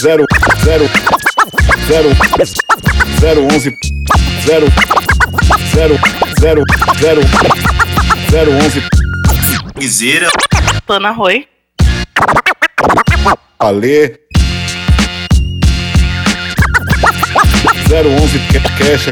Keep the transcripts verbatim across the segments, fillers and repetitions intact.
zero, zero, zero, zero, onze, zero, zero, zero, zero, zero, onze. Guizeira. Ana Roy. Ale. zero onze Cash.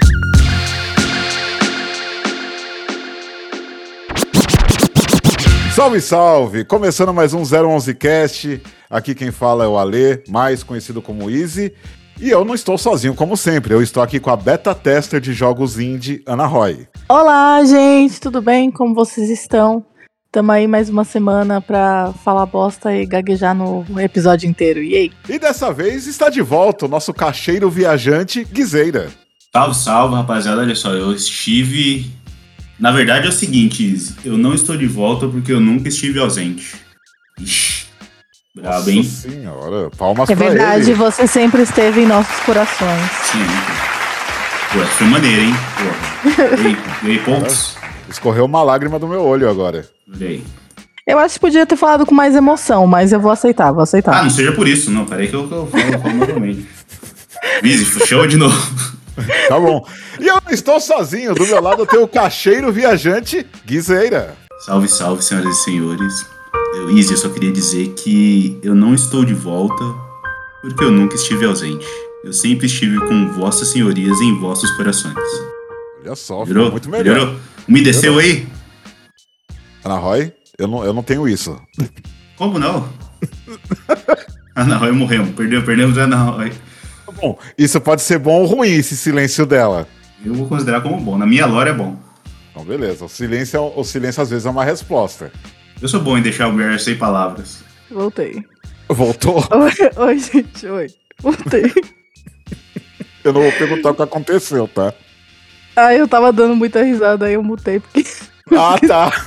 Salve, salve! Começando mais um zero onze Cast. Aqui quem fala é o Ale, mais conhecido como Easy. E eu não estou sozinho, como sempre. Eu estou aqui com a beta tester de jogos indie, Ana Roy. Olá, gente, tudo bem? Como vocês estão? Tamo aí mais uma semana pra falar bosta e gaguejar no episódio inteiro. E aí? E dessa vez está de volta o nosso cacheiro viajante, Guizeira. Salve, salve, rapaziada. Olha só, eu estive... Na verdade é o seguinte, eu não estou de volta porque eu nunca estive ausente. Ixi, brabo, hein? Nossa senhora, palmas é pra verdade, ele. você sempre esteve em nossos corações. Sim. Pô, foi maneiro, hein? Pô, ganhei, ganhei pontos. Escorreu uma lágrima do meu olho agora. Olha aí. Eu acho que podia ter falado com mais emoção, mas eu vou aceitar, vou aceitar. Ah, não seja por isso, não. Peraí que eu, que eu falo, eu falo novamente. Vise, show de novo. Tá bom. E eu não estou sozinho. Do meu lado eu tenho o cacheiro viajante, Guizeira. Salve, salve, senhoras e senhores. Eu, Izzy, eu só queria dizer que eu não estou de volta porque eu nunca estive ausente. Eu sempre estive com vossas senhorias em vossos corações. Olha só, Melhorou? ficou muito melhor. Melhorou? Me desceu Melhorou. aí? Ana Roy, eu não, eu não tenho isso. Como não? Ana Roy morreu. Perdeu, perdemos a Ana Roy. Bom, isso pode ser bom ou ruim, esse silêncio dela. Eu vou considerar como bom. Na minha lore é bom. Então, beleza. O silêncio, é- o silêncio às vezes é uma resposta. Eu sou bom em deixar o mulher sem palavras. Voltei. Voltou? Oi, oi, gente, oi. Voltei. Eu não vou perguntar o que aconteceu, tá? Ah, eu tava dando muita risada, aí eu mutei, porque Ah, tá.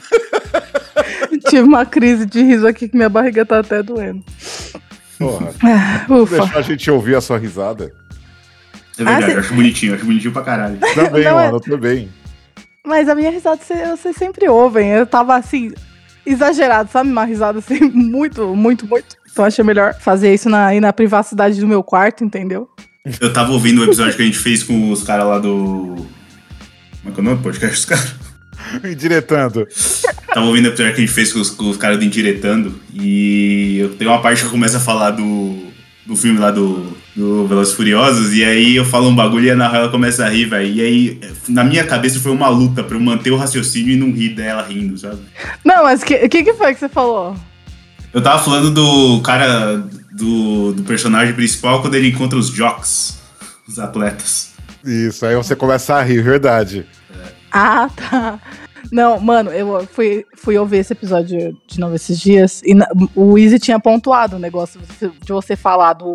tive uma crise de riso aqui que minha barriga tá até doendo. Porra. Ah, Deixa ufa. a gente ouvir a sua risada. É verdade, Ah, cê- eu acho bonitinho, eu acho bonitinho pra caralho. Também, Não, é- mano, também. Mas a minha risada cê- vocês sempre ouvem. Eu tava assim, exagerado, sabe? Uma risada assim, muito, muito, muito. Então achei melhor fazer isso na, aí na privacidade do meu quarto, entendeu? Eu tava ouvindo o episódio que a gente fez com os caras lá do... Como é que é o nome do podcast dos caras? Indiretando. Tava ouvindo o episódio que a gente fez com os, com os caras do Indiretando. E eu tenho uma parte que eu começo a falar do, do filme lá do, do Velozes e Furiosos. E aí eu falo um bagulho e a Ana Raia começa a rir, velho. E aí, na minha cabeça, foi uma luta pra eu manter o raciocínio e não rir dela rindo, sabe? Não, mas o que, que, que foi que você falou? Eu tava falando do cara, do, do personagem principal quando ele encontra os jocks, os atletas. Isso, aí você começa a rir, verdade. Ah, tá. Não, mano, eu fui, fui ouvir esse episódio de novo esses dias e na- o Easy tinha pontuado o negócio de você falar do,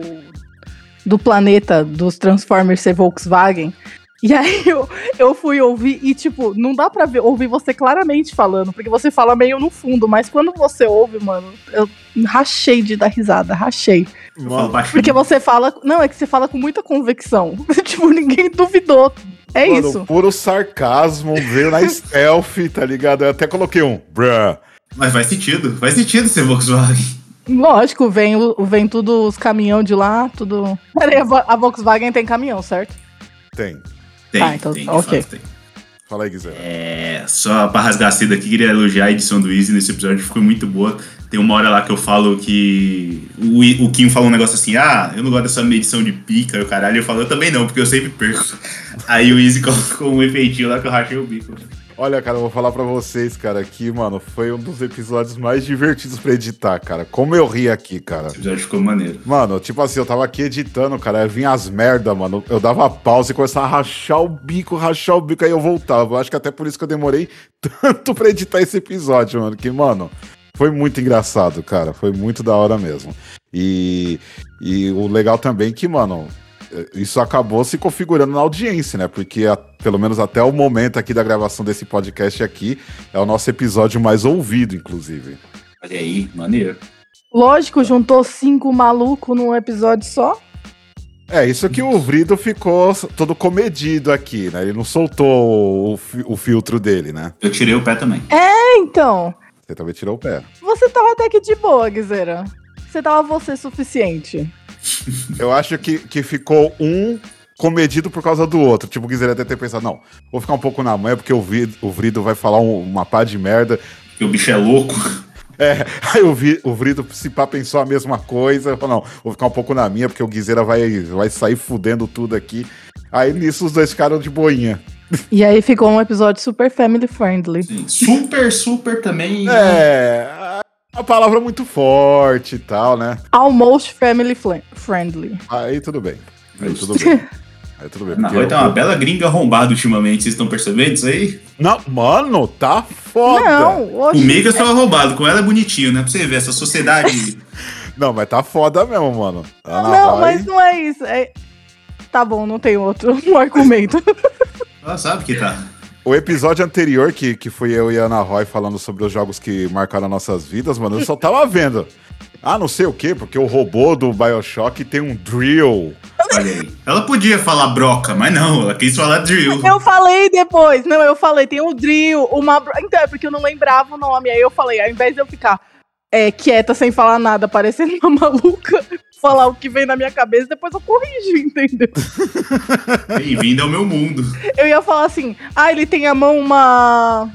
do planeta dos Transformers ser Volkswagen. E aí eu, eu fui ouvir e, tipo, não dá pra ver, ouvir você claramente falando, porque você fala meio no fundo, mas quando você ouve, mano, eu rachei de dar risada, rachei. Eu falo Mano, baixinho. Porque você fala. Não, é que você fala com muita convicção. Tipo, ninguém duvidou. É mano, isso. puro sarcasmo, veio na stealth, tá ligado? Eu até coloquei um bruh. Mas faz sentido, faz sentido ser Volkswagen. Lógico, vem, o- vem tudo os caminhão de lá, tudo. Peraí, a Vo- a Volkswagen tem caminhão, certo? Tem. Tem, Ah, então, tem, de ok. fato tem. Fala aí, Guizera. É, só pra rasgar a seda aqui, queria elogiar a edição do Easy nesse episódio, ficou muito boa. Tem uma hora lá que eu falo que... O, I- o Kim fala um negócio assim, ah, eu não gosto dessa medição de pica, e o caralho. Eu falo, eu também não, porque eu sempre perco. Aí o Easy colocou um efeitinho lá que eu rachei o bico. Olha, cara, eu vou falar pra vocês, cara, que, mano, foi um dos episódios mais divertidos pra editar, cara. Como eu ri aqui, cara. Esse episódio ficou maneiro. Mano, tipo assim, eu tava aqui editando, cara, aí vinha as merda, mano. Eu dava pausa e começava a rachar o bico, rachar o bico, aí eu voltava. Eu acho que até por isso que eu demorei tanto pra editar esse episódio, mano. Que, mano, foi muito engraçado, cara. Foi muito da hora mesmo. E, e o legal também é que, mano, isso acabou se configurando na audiência, né? Porque, a- pelo menos até o momento aqui da gravação desse podcast aqui, é o nosso episódio mais ouvido, inclusive. Olha aí, maneiro. Lógico, juntou cinco malucos num episódio só. É, isso que o Vrido ficou todo comedido aqui, né? Ele não soltou o, fi- o filtro dele, né? Eu tirei o pé também. É, então. Você também tirou o pé. Você tava até que de boa, Guizeira. Você tava você suficiente. Eu acho que, que ficou um comedido por causa do outro. Tipo, o Guizera deve ter pensado, não, vou ficar um pouco na manha porque o Vrido, o Vrido vai falar um, uma pá de merda. Porque o bicho é louco. É, aí o, Vi, o Vrido, se pá, pensou a mesma coisa. Eu falei, não, vou ficar um pouco na minha porque o Guizera vai, vai sair fudendo tudo aqui. Aí nisso os dois ficaram de boinha. E aí ficou um episódio super family friendly. Sim, super, super também. É, a palavra muito forte e tal, né? Almost family fl- friendly. Aí tudo bem. Aí tudo bem. Aí tudo bem. Na Roy tá uma bela gringa arrombada ultimamente, vocês estão percebendo isso aí? Não, mano, tá foda. Não, hoje... Comigo eu sou arrombado, com ela é bonitinho, né? Pra você ver, essa sociedade... Não, mas tá foda mesmo, mano. Ana Não, Roy... mas não é isso. É... Tá bom, não tem outro um argumento. Ela sabe que tá. O episódio anterior, que, que foi eu e a Ana Roy falando sobre os jogos que marcaram nossas vidas, mano, eu só tava vendo. Ah, não sei o quê, porque o robô do BioShock tem um drill. Olha aí. Ela podia falar broca, mas não, ela quis falar drill. Eu falei depois. Não, eu falei, tem um drill, uma... Então, é porque eu não lembrava o nome. Aí eu falei, ao invés de eu ficar é, quieta, sem falar nada, parecendo uma maluca, falar o que vem na minha cabeça, depois eu corrijo, entendeu? Bem-vindo ao meu mundo. Eu ia falar assim, ah, ele tem a mão uma...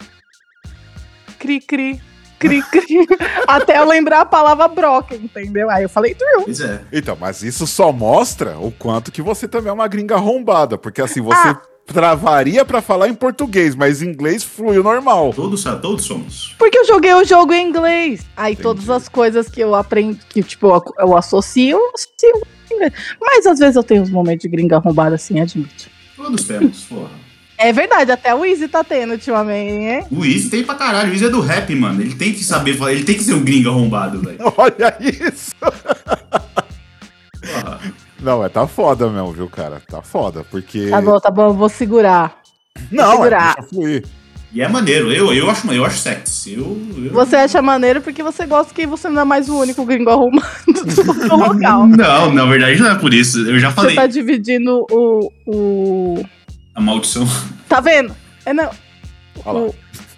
Cri-cri. Cri-cri. Até eu lembrar a palavra broca, entendeu? Aí eu falei drill. Pois é. Então, mas isso só mostra o quanto que você também é uma gringa arrombada, porque assim, você Ah. travaria pra falar em português, mas em inglês fluiu normal. Todos, todos somos. Porque eu joguei o jogo em inglês. Aí Entendi. todas as coisas que eu aprendo, que tipo, eu, eu associo, eu associo em inglês. Mas às vezes eu tenho uns momentos de gringa arrombada, assim, admito. Todos temos, porra. É verdade, até o Easy tá tendo ultimamente, hein? O Easy tem pra caralho, o Easy é do rap, mano. Ele tem que saber falar, ele tem que ser um gringo arrombado, velho. Olha isso! Porra. Não, mas tá foda mesmo, viu, cara? Tá foda, porque... Tá bom, tá bom, eu vou segurar. Não, é, segurar. deixa fluir. E é maneiro, eu, eu, acho, eu acho sexy. Eu, eu... Você acha maneiro porque você gosta que você não é mais o único gringo arrombado do local. Não, na verdade não é por isso. Eu já Você falei. tá dividindo o... o... A maldição. Tá vendo? É não... Olha lá. O...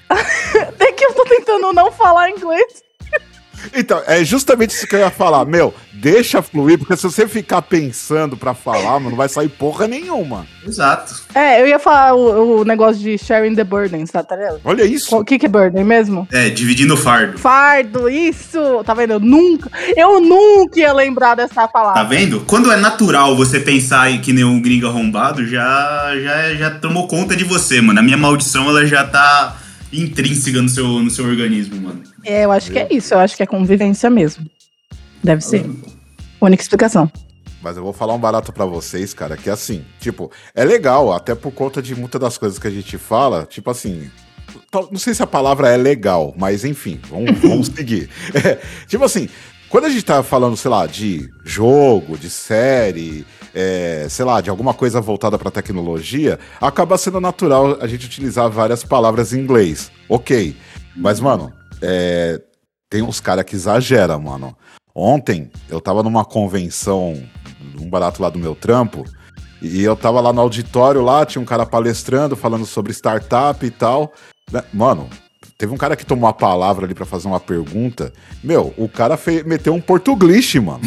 É que eu tô tentando não falar inglês. Então, é justamente isso que eu ia falar. Meu, deixa fluir, porque se você ficar pensando pra falar, mano, não vai sair porra nenhuma. Exato. É, eu ia falar o, o negócio de sharing the burden, tá ligado? Olha isso. O que que é burden mesmo? É, dividindo o fardo. Fardo, isso! Tá vendo? Eu nunca, eu nunca ia lembrar dessa palavra. Tá vendo? Quando é natural você pensar em que nem um gringo arrombado, já, já, já tomou conta de você, mano. A minha maldição, ela já tá intrínseca no seu, no seu organismo, mano. É, eu acho que é isso, eu acho que é convivência mesmo. Deve ser. Única explicação. Mas eu vou falar um barato pra vocês, cara, que assim, tipo, é legal, até por conta de muitas das coisas que a gente fala, tipo assim, tal- não sei se a palavra é legal, mas enfim, vamos, vamos seguir. É, tipo assim, quando a gente tá falando, sei lá, de jogo, de série, é, sei lá, de alguma coisa voltada pra tecnologia, acaba sendo natural a gente utilizar várias palavras em inglês. Ok, mas, mano, é, tem uns caras que exageram, mano. Ontem, eu tava numa convenção, um barato lá do meu trampo, e eu tava lá no auditório, lá, tinha um cara palestrando, falando sobre startup e tal. Né? Mano, teve um cara que tomou a palavra ali pra fazer uma pergunta. Meu, o cara fe- meteu um português, mano.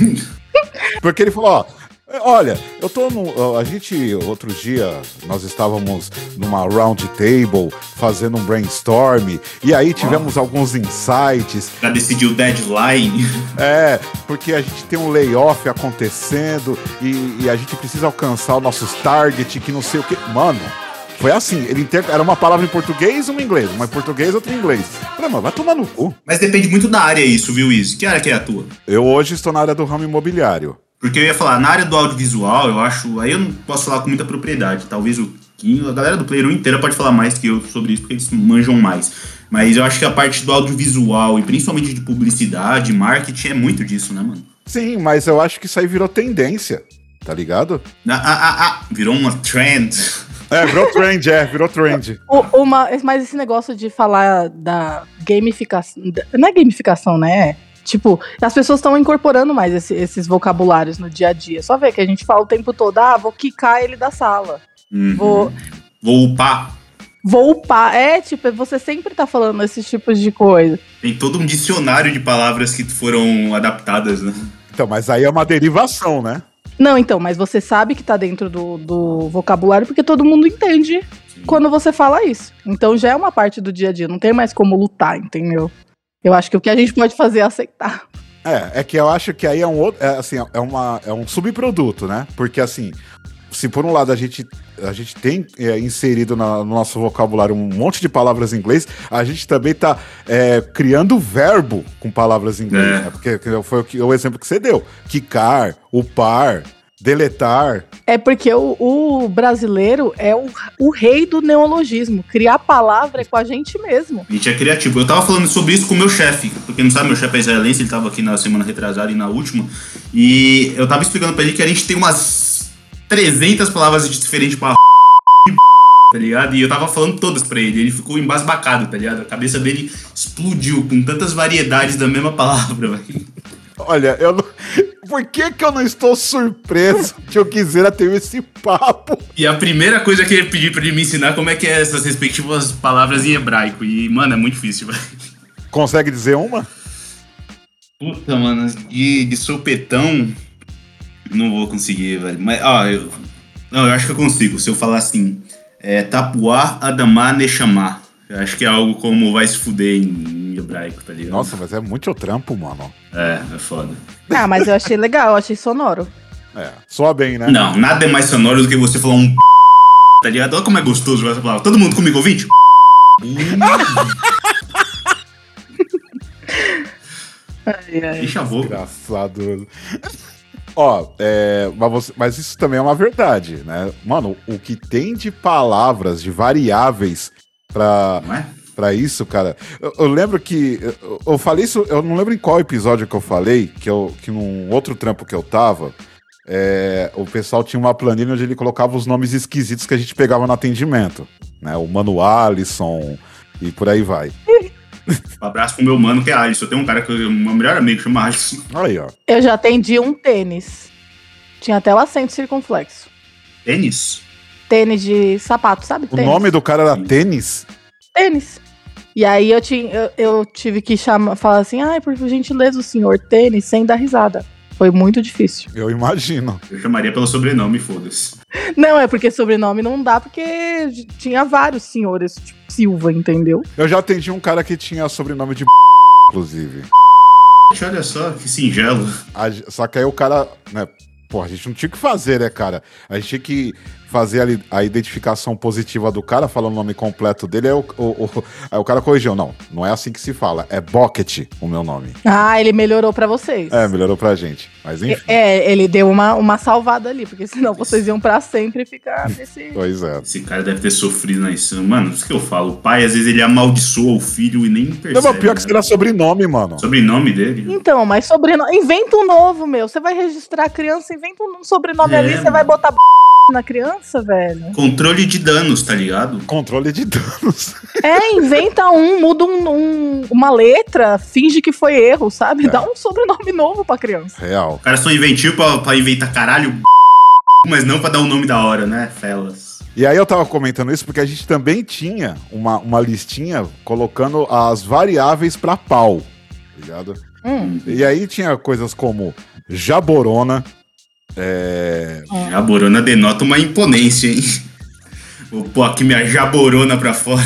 Porque ele falou, ó, olha, eu tô no... A gente, outro dia, nós estávamos numa round table, fazendo um brainstorm, e aí tivemos alguns insights. Pra decidir o deadline. É, porque a gente tem um layoff acontecendo e, e a gente precisa alcançar os nossos targets, que não sei o que. Mano, foi assim, ele inter... era uma palavra em português e uma em inglês, uma em português e outra em inglês. Falei, mano, vai tomar no cu. Mas depende muito da área isso, viu, Izzy? Que área que é a tua? Eu hoje estou na área do ramo imobiliário. Porque eu ia falar, na área do audiovisual, eu acho... Aí eu não posso falar com muita propriedade. Talvez o Quinho, a galera do Player um inteira pode falar mais que eu sobre isso, porque eles manjam mais. Mas eu acho que a parte do audiovisual, e principalmente de publicidade, marketing, é muito disso, né, mano? Sim, mas eu acho que isso aí virou tendência, tá ligado? Ah, ah, ah, ah, virou uma trend. É, virou trend, é, virou trend. O- uma, mas esse negócio de falar da gamificação. da- Não é gamificação, né? Tipo, as pessoas estão incorporando mais esse- esses vocabulários no dia a dia. Só ver que a gente fala o tempo todo, ah, vou quicar ele da sala. Uhum. Vou, Vou upar. vou upar. É, tipo, você sempre tá falando esses tipos de coisa. Tem todo um dicionário de palavras que foram adaptadas, né? Então, mas aí é uma derivação, né? Não, então, mas você sabe que tá dentro do, do vocabulário porque todo mundo entende Sim. quando você fala isso. Então já é uma parte do dia a dia, não tem mais como lutar, entendeu? Eu acho que o que a gente pode fazer é aceitar. É, é que eu acho que aí é um outro, é, assim, é, uma, é um subproduto, né? Porque assim, se por um lado a gente, a gente tem é, inserido na, no nosso vocabulário um monte de palavras em inglês, a gente também tá é, criando verbo com palavras em inglês, É. né? Porque foi o, que, o exemplo que você deu. Quicar, upar, deletar. É porque o, o brasileiro é o, o rei do neologismo. Criar palavra é com a gente mesmo. A gente é criativo. Eu tava falando sobre isso com o meu chefe, porque não sabe, meu chefe é israelense, ele tava aqui na semana retrasada e na última, e eu tava explicando pra ele que a gente tem umas trezentas palavras diferentes pra tá ligado? E eu tava falando todas pra ele, ele ficou embasbacado, tá ligado? A cabeça dele explodiu com tantas variedades da mesma palavra, velho. Olha, eu não... Por que que eu não estou surpreso que eu quisera ter esse papo? E a primeira coisa que ele pediu pra ele me ensinar como é que é essas respectivas palavras em hebraico. E, mano, é muito difícil, velho. Consegue dizer uma? Puta, mano, de, de sopetão, não vou conseguir, velho. Mas, ó, eu... Não, eu acho que eu consigo. Se eu falar assim, é Tapuá Adamá Nechamá. Eu acho que é algo como vai se fuder em, em hebraico, tá ligado? Nossa, mas é muito trampo, mano. É, é foda. Ah, mas eu achei legal, eu achei sonoro. É, soa bem, né? Não, nada é mais sonoro do que você falar um tá ligado? Olha como é gostoso essa palavra. Todo mundo comigo, ouvinte? Ai, ai. Deixa a boca. Engraçado. Ó, é, mas, você- mas isso também é uma verdade, né? Mano, o que tem de palavras, de variáveis pra, Não é? pra isso, cara. Eu, eu lembro que. Eu, eu falei isso, eu não lembro em qual episódio que eu falei, que, eu, que num outro trampo que eu tava, é, o pessoal tinha uma planilha onde ele colocava os nomes esquisitos que a gente pegava no atendimento, né? O Mano Alisson e por aí vai. Um abraço pro meu mano que é Alisson. Eu tenho um cara que o meu melhor amigo chama Alisson. Aí, ó. Eu já atendi um tênis. Tinha até o acento circunflexo. Tênis? Tênis de sapato, sabe? O Tênis. nome do cara era Tênis? Tênis. E aí eu, tinha, eu, eu tive que chamar, falar assim, ai, por gentileza, o senhor Tênis, sem dar risada. Foi muito difícil. Eu imagino. Eu chamaria pelo sobrenome, foda-se. Não, é porque sobrenome não dá, porque tinha vários senhores, tipo Silva, entendeu? Eu já atendi um cara que tinha sobrenome de inclusive. Olha só, que singelo. A- só que aí o cara, né? Pô, a gente não tinha o que fazer, né, cara? A gente tinha que fazer ali a identificação positiva do cara, falando o nome completo dele, aí o, o, o- aí o cara corrigiu. Não, não é assim que se fala. É Bucket o meu nome. Ah, ele melhorou pra vocês. É, melhorou pra gente. Mas enfim. É, ele deu uma, uma salvada ali, porque senão vocês iam pra sempre ficar nesse... Pois é. Esse cara deve ter sofrido na ensino. Mano, isso que eu falo. O pai, às vezes, ele amaldiçoa o filho e nem percebe. Não, mas pior que né? será sobrenome, mano. Sobrenome dele. Então, mas sobrenome... Inventa um novo, meu. Você vai registrar a criança, inventa um sobrenome É, ali, você mano. vai botar na criança, velho. Controle de danos, tá ligado? Controle de danos. É, inventa um, muda um, um- uma letra, finge que foi erro, sabe? É. Dá um sobrenome novo pra criança. Real. O cara só inventiu pra, pra inventar caralho, mas não pra dar um nome da hora, né, felas? E aí eu tava comentando isso porque a gente também tinha uma, uma listinha colocando as variáveis pra pau, tá ligado? Hum. E aí tinha coisas como jaborona, é... Jaborona denota uma imponência, hein? Vou pôr aqui minha jaborona pra fora.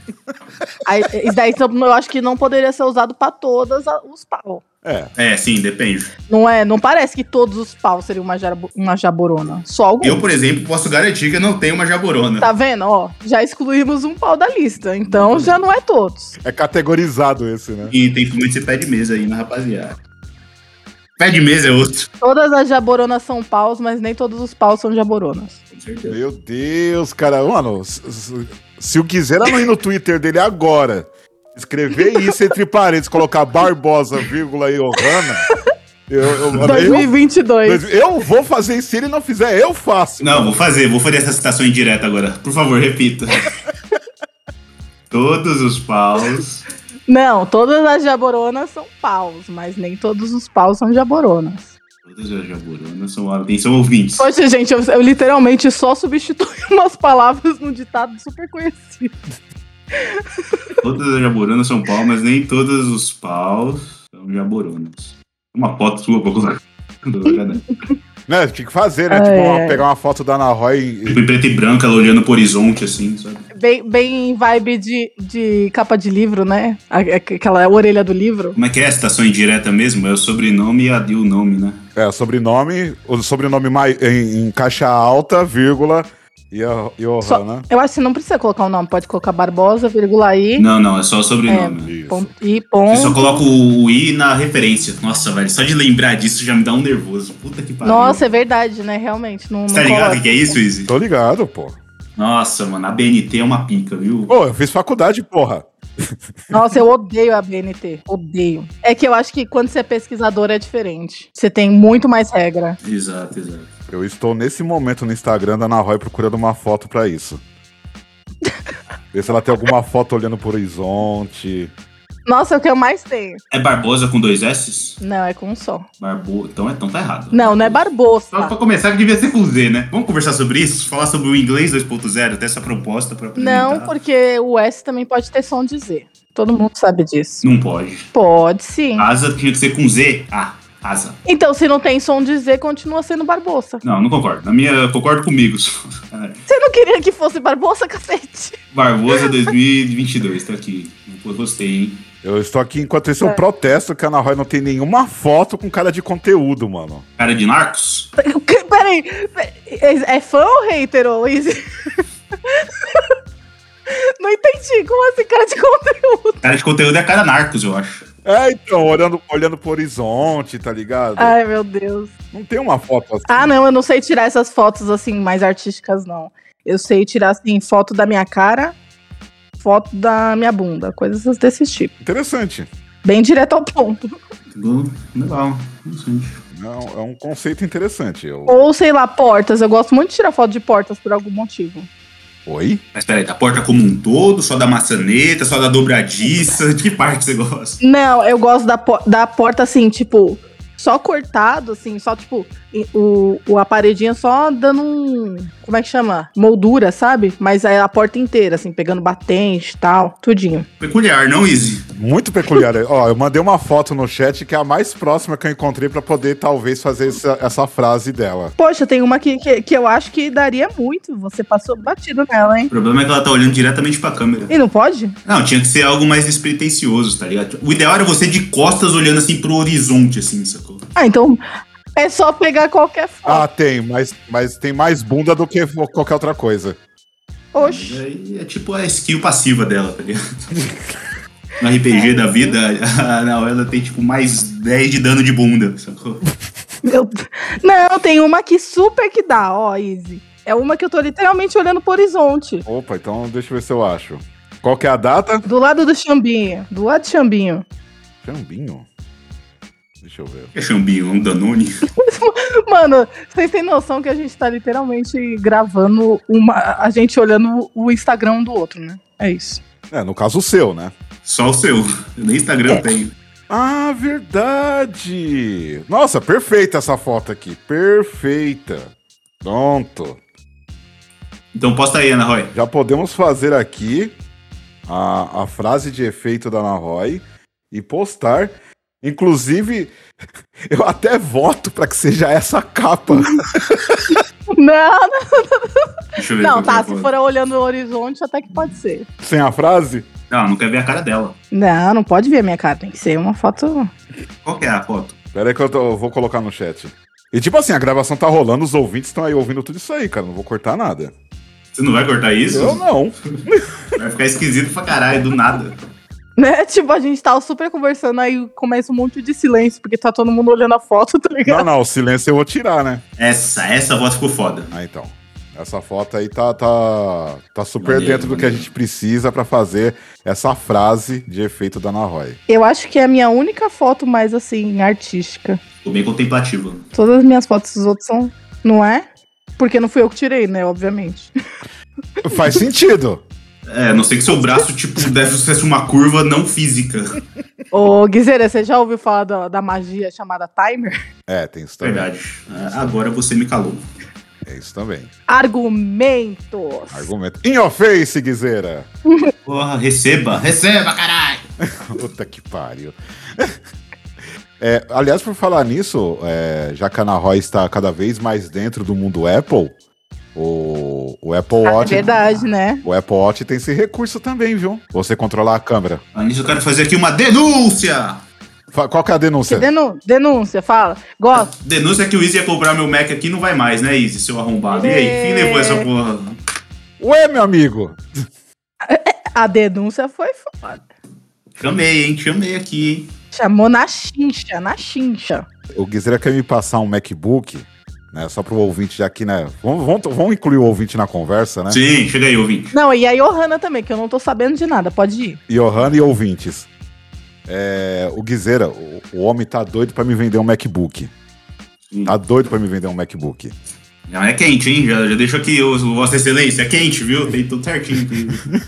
Aí, isso daí eu acho que não poderia ser usado pra todas a- os pau. É, É, sim, depende. Não é? Não parece que todos os pau seriam uma, jabo- uma jaborona. Só alguns. Eu, por exemplo, posso garantir que eu não tenho uma jaborona. Tá vendo? Ó, já excluímos um pau da lista. Então já não é todos. é categorizado esse, né? E tem como ser pé de mesa aí, né, rapaziada? Pé de mesa é outro. Todas as jaboronas são paus, mas nem todos os paus são jaboronas. Com certeza. Meu Deus, cara. Mano, se, se- se o quiser não ir no Twitter dele agora, escrever isso entre parênteses, colocar Barbosa, vírgula e Ohana, eu, eu, mano, dois mil e vinte e dois. eu, eu vou fazer isso. Se ele não fizer, eu faço. Não, vou fazer, vou fazer essa citação indireta agora. Por favor, repita. Todos os paus. Não, todas as jaboronas são paus, mas nem todos os paus são jaboronas. Todas as jaboronas são. Atenção, ouvintes. Poxa, gente, eu, eu literalmente só substituí umas palavras num ditado super conhecido. Todas as jaboronas são pau, mas nem todos os paus são jaboronas. Uma foto sua pra colocar. Né, tinha que fazer, né? Ah, tipo, é. uma- pegar uma foto da Ana Roy. Tipo, em preto e branco, ela olhando pro horizonte, assim, sabe? Bem, bem vibe de, de capa de livro, né? A- a- Aquela orelha do livro. Como é que é a citação indireta mesmo? É o sobrenome e, a, e o nome, né? É, sobrenome, o sobrenome mai, em, em caixa alta, vírgula, e a e o Só- né? Eu acho que você não precisa colocar o nome, pode colocar Barbosa, vírgula I, Não, não, é só o sobrenome. Isso. ponto, I, ponto. Você só coloca o I na referência. Nossa, velho, só de lembrar disso já me dá um nervoso. Puta que pariu. Nossa, é verdade, né? Realmente. Não, Você não tá ligado o coloca. que que é isso, Izzy? Tô ligado, pô. Nossa, mano, a B N T é uma pica, viu? Pô, eu fiz faculdade, porra. Nossa, eu odeio a B N T. Odeio. É que eu acho que quando você é pesquisador é diferente. Você tem muito mais regra. Exato, exato. Eu estou nesse momento no Instagram da Ana Roy procurando uma foto pra isso. Ver se ela tem alguma foto olhando pro horizonte. Nossa, é o que eu mais tenho. É Barbosa com dois S? Não, é com um só. Barbo... Então, é- então tá errado. Não, não é Só Barbosa. pra começar, que devia ser com Z, né? Vamos conversar sobre isso? Falar sobre o inglês dois ponto zero, ter essa proposta pra apresentar. Não, porque o S também pode ter som de Z. Todo mundo sabe disso. Não pode. Pode sim. Asa tinha que ser com Z. Ah, asa. Então, se não tem som de Z, continua sendo Barbosa. Não, não concordo. Na minha, concordo comigo. Você não queria que fosse Barbosa, cacete? Barbosa dois mil e vinte e dois, tá aqui. Eu gostei, hein? Eu estou aqui, enquanto isso, eu É. protesto que a Ana Roy não tem nenhuma foto com cara de conteúdo, mano. Cara de Narcos? Peraí, é é fã ou hater, ô Izzy? Não entendi, como assim, cara de conteúdo? Cara de conteúdo é cara Narcos, eu acho. É, então, olhando, olhando pro horizonte, tá ligado? Ai, meu Deus. Não tem uma foto assim. Ah, não, eu não sei tirar essas fotos, assim, mais artísticas, não. Eu sei tirar, assim, foto da minha cara, foto da minha bunda, coisas desse tipo. Interessante. Bem direto ao ponto. Legal, interessante. Não, é um conceito interessante. Eu... Ou, sei lá, portas. Eu gosto muito de tirar foto de portas por algum motivo. Oi? Mas peraí, da porta como um todo, só da maçaneta, só da dobradiça? De que parte você gosta? Não, eu gosto da, po- da porta, assim, tipo, só cortado, assim, só, tipo, e- o, o a paredinha só dando um, como é que chama? Moldura, sabe? Mas aí a porta inteira, assim, pegando batente e tal, tudinho. Peculiar, não, Izzy? Muito peculiar. Ó, eu mandei uma foto no chat que é a mais próxima que eu encontrei pra poder, talvez, fazer essa, essa frase dela. Poxa, tem uma que, que, que eu acho que daria muito, você passou batido nela, hein? O problema é que ela tá olhando diretamente pra câmera. E não pode? Não, tinha que ser algo mais despretensioso, tá ligado? O ideal era você de costas olhando assim pro horizonte, assim, sacou? Ah, então é só pegar qualquer foto. Ah, tem, mas, mas tem mais bunda do que qualquer outra coisa. Oxi. Aí é tipo a skill passiva dela, tá ligado? No R P G da vida, a não, ela tem tipo mais dez de dano de bunda, sacou? Meu Deus. Não, tem uma aqui super que dá, ó, Izzy. É uma que eu tô literalmente olhando pro horizonte. Opa, então deixa eu ver se eu acho. Qual que é a data? Do lado do Xambinho. Do lado do Xambinho. Chambinho. Deixa eu ver. É chambinho, um Danone. Mano, vocês têm noção que a gente tá literalmente gravando uma. A gente olhando o Instagram um do outro, né? É isso. É, no caso o seu, né? Só o seu. Eu nem Instagram É. tenho. Ah, verdade! Nossa, perfeita essa foto aqui. Perfeita. Pronto. Então posta aí, Ana Roy. Já podemos fazer aqui a, a frase de efeito da Ana Roy e postar. Inclusive, eu até voto para que seja essa a capa. Não, Deixa eu ver. não, qual que é tá. a Se foto. for olhando o horizonte, até que pode ser. Sem a frase? Não, não quer ver a cara dela. Não, não pode ver a minha cara. Tem que ser uma foto. Qual que é a foto? Pera aí que eu, tô- eu vou colocar no chat. E tipo assim, a gravação tá rolando, os ouvintes estão aí ouvindo tudo isso aí, cara. Não vou cortar nada. Você não vai cortar isso? Eu não. Vai ficar esquisito pra caralho, do nada. Né? Tipo, a gente tava super conversando, aí começa um monte de silêncio, porque tá todo mundo olhando a foto, tá ligado? Não, não, o silêncio eu vou tirar, né? Essa, essa foto ficou foda. Ah, então. Essa foto aí tá, tá, tá super Maneiro, dentro do que a maneiro. gente precisa pra fazer essa frase de efeito da Ana Roy. Eu acho que é a minha única foto mais, assim, artística. Ficou bem contemplativa. Todas as minhas fotos, os outros são... Não é? Porque não fui eu que tirei, né? Obviamente. Faz sentido. É, a não sei que seu braço, tipo, deve ser uma curva não física. Ô, Guizeira, você já ouviu falar da, da magia chamada timer? É, tem isso também. Verdade. É, agora você me calou. É isso também. Argumentos. Argumento. In your face, Guizeira. Porra, receba, receba, caralho! Puta que pariu. É, aliás, por falar nisso, é, já que a Ana Roy está cada vez mais dentro do mundo Apple, o, o Apple Watch... Ah, é verdade, né? O Apple Watch tem esse recurso também, viu? Você controlar a câmera. Ah, nisso eu quero fazer aqui uma denúncia! Fa- Qual que é a denúncia? Denú- denúncia, fala. Gosto. Denúncia que o Izzy ia comprar meu Mac aqui não vai mais, né, Izzy, seu arrombado? E aí, quem levou essa porra? Ué, meu amigo! A denúncia foi foda. Chamei, hein? Chamei aqui, hein? Chamou na chincha, na chincha. O Guizera quer me passar um MacBook, né? Só pro ouvinte já aqui, né? Vamos, vamos, vamos incluir o ouvinte na conversa, né? Sim, chega aí, ouvinte. Não, e a Johanna também, que eu não tô sabendo de nada, pode ir. Johanna e ouvintes. É, o Guizera, o, o homem tá doido pra me vender um MacBook. Sim. Tá doido pra me vender um MacBook. Não, é quente, hein? Já, já deixo aqui, o, o Vossa Excelência, é quente, viu? Tem tudo certinho aqui.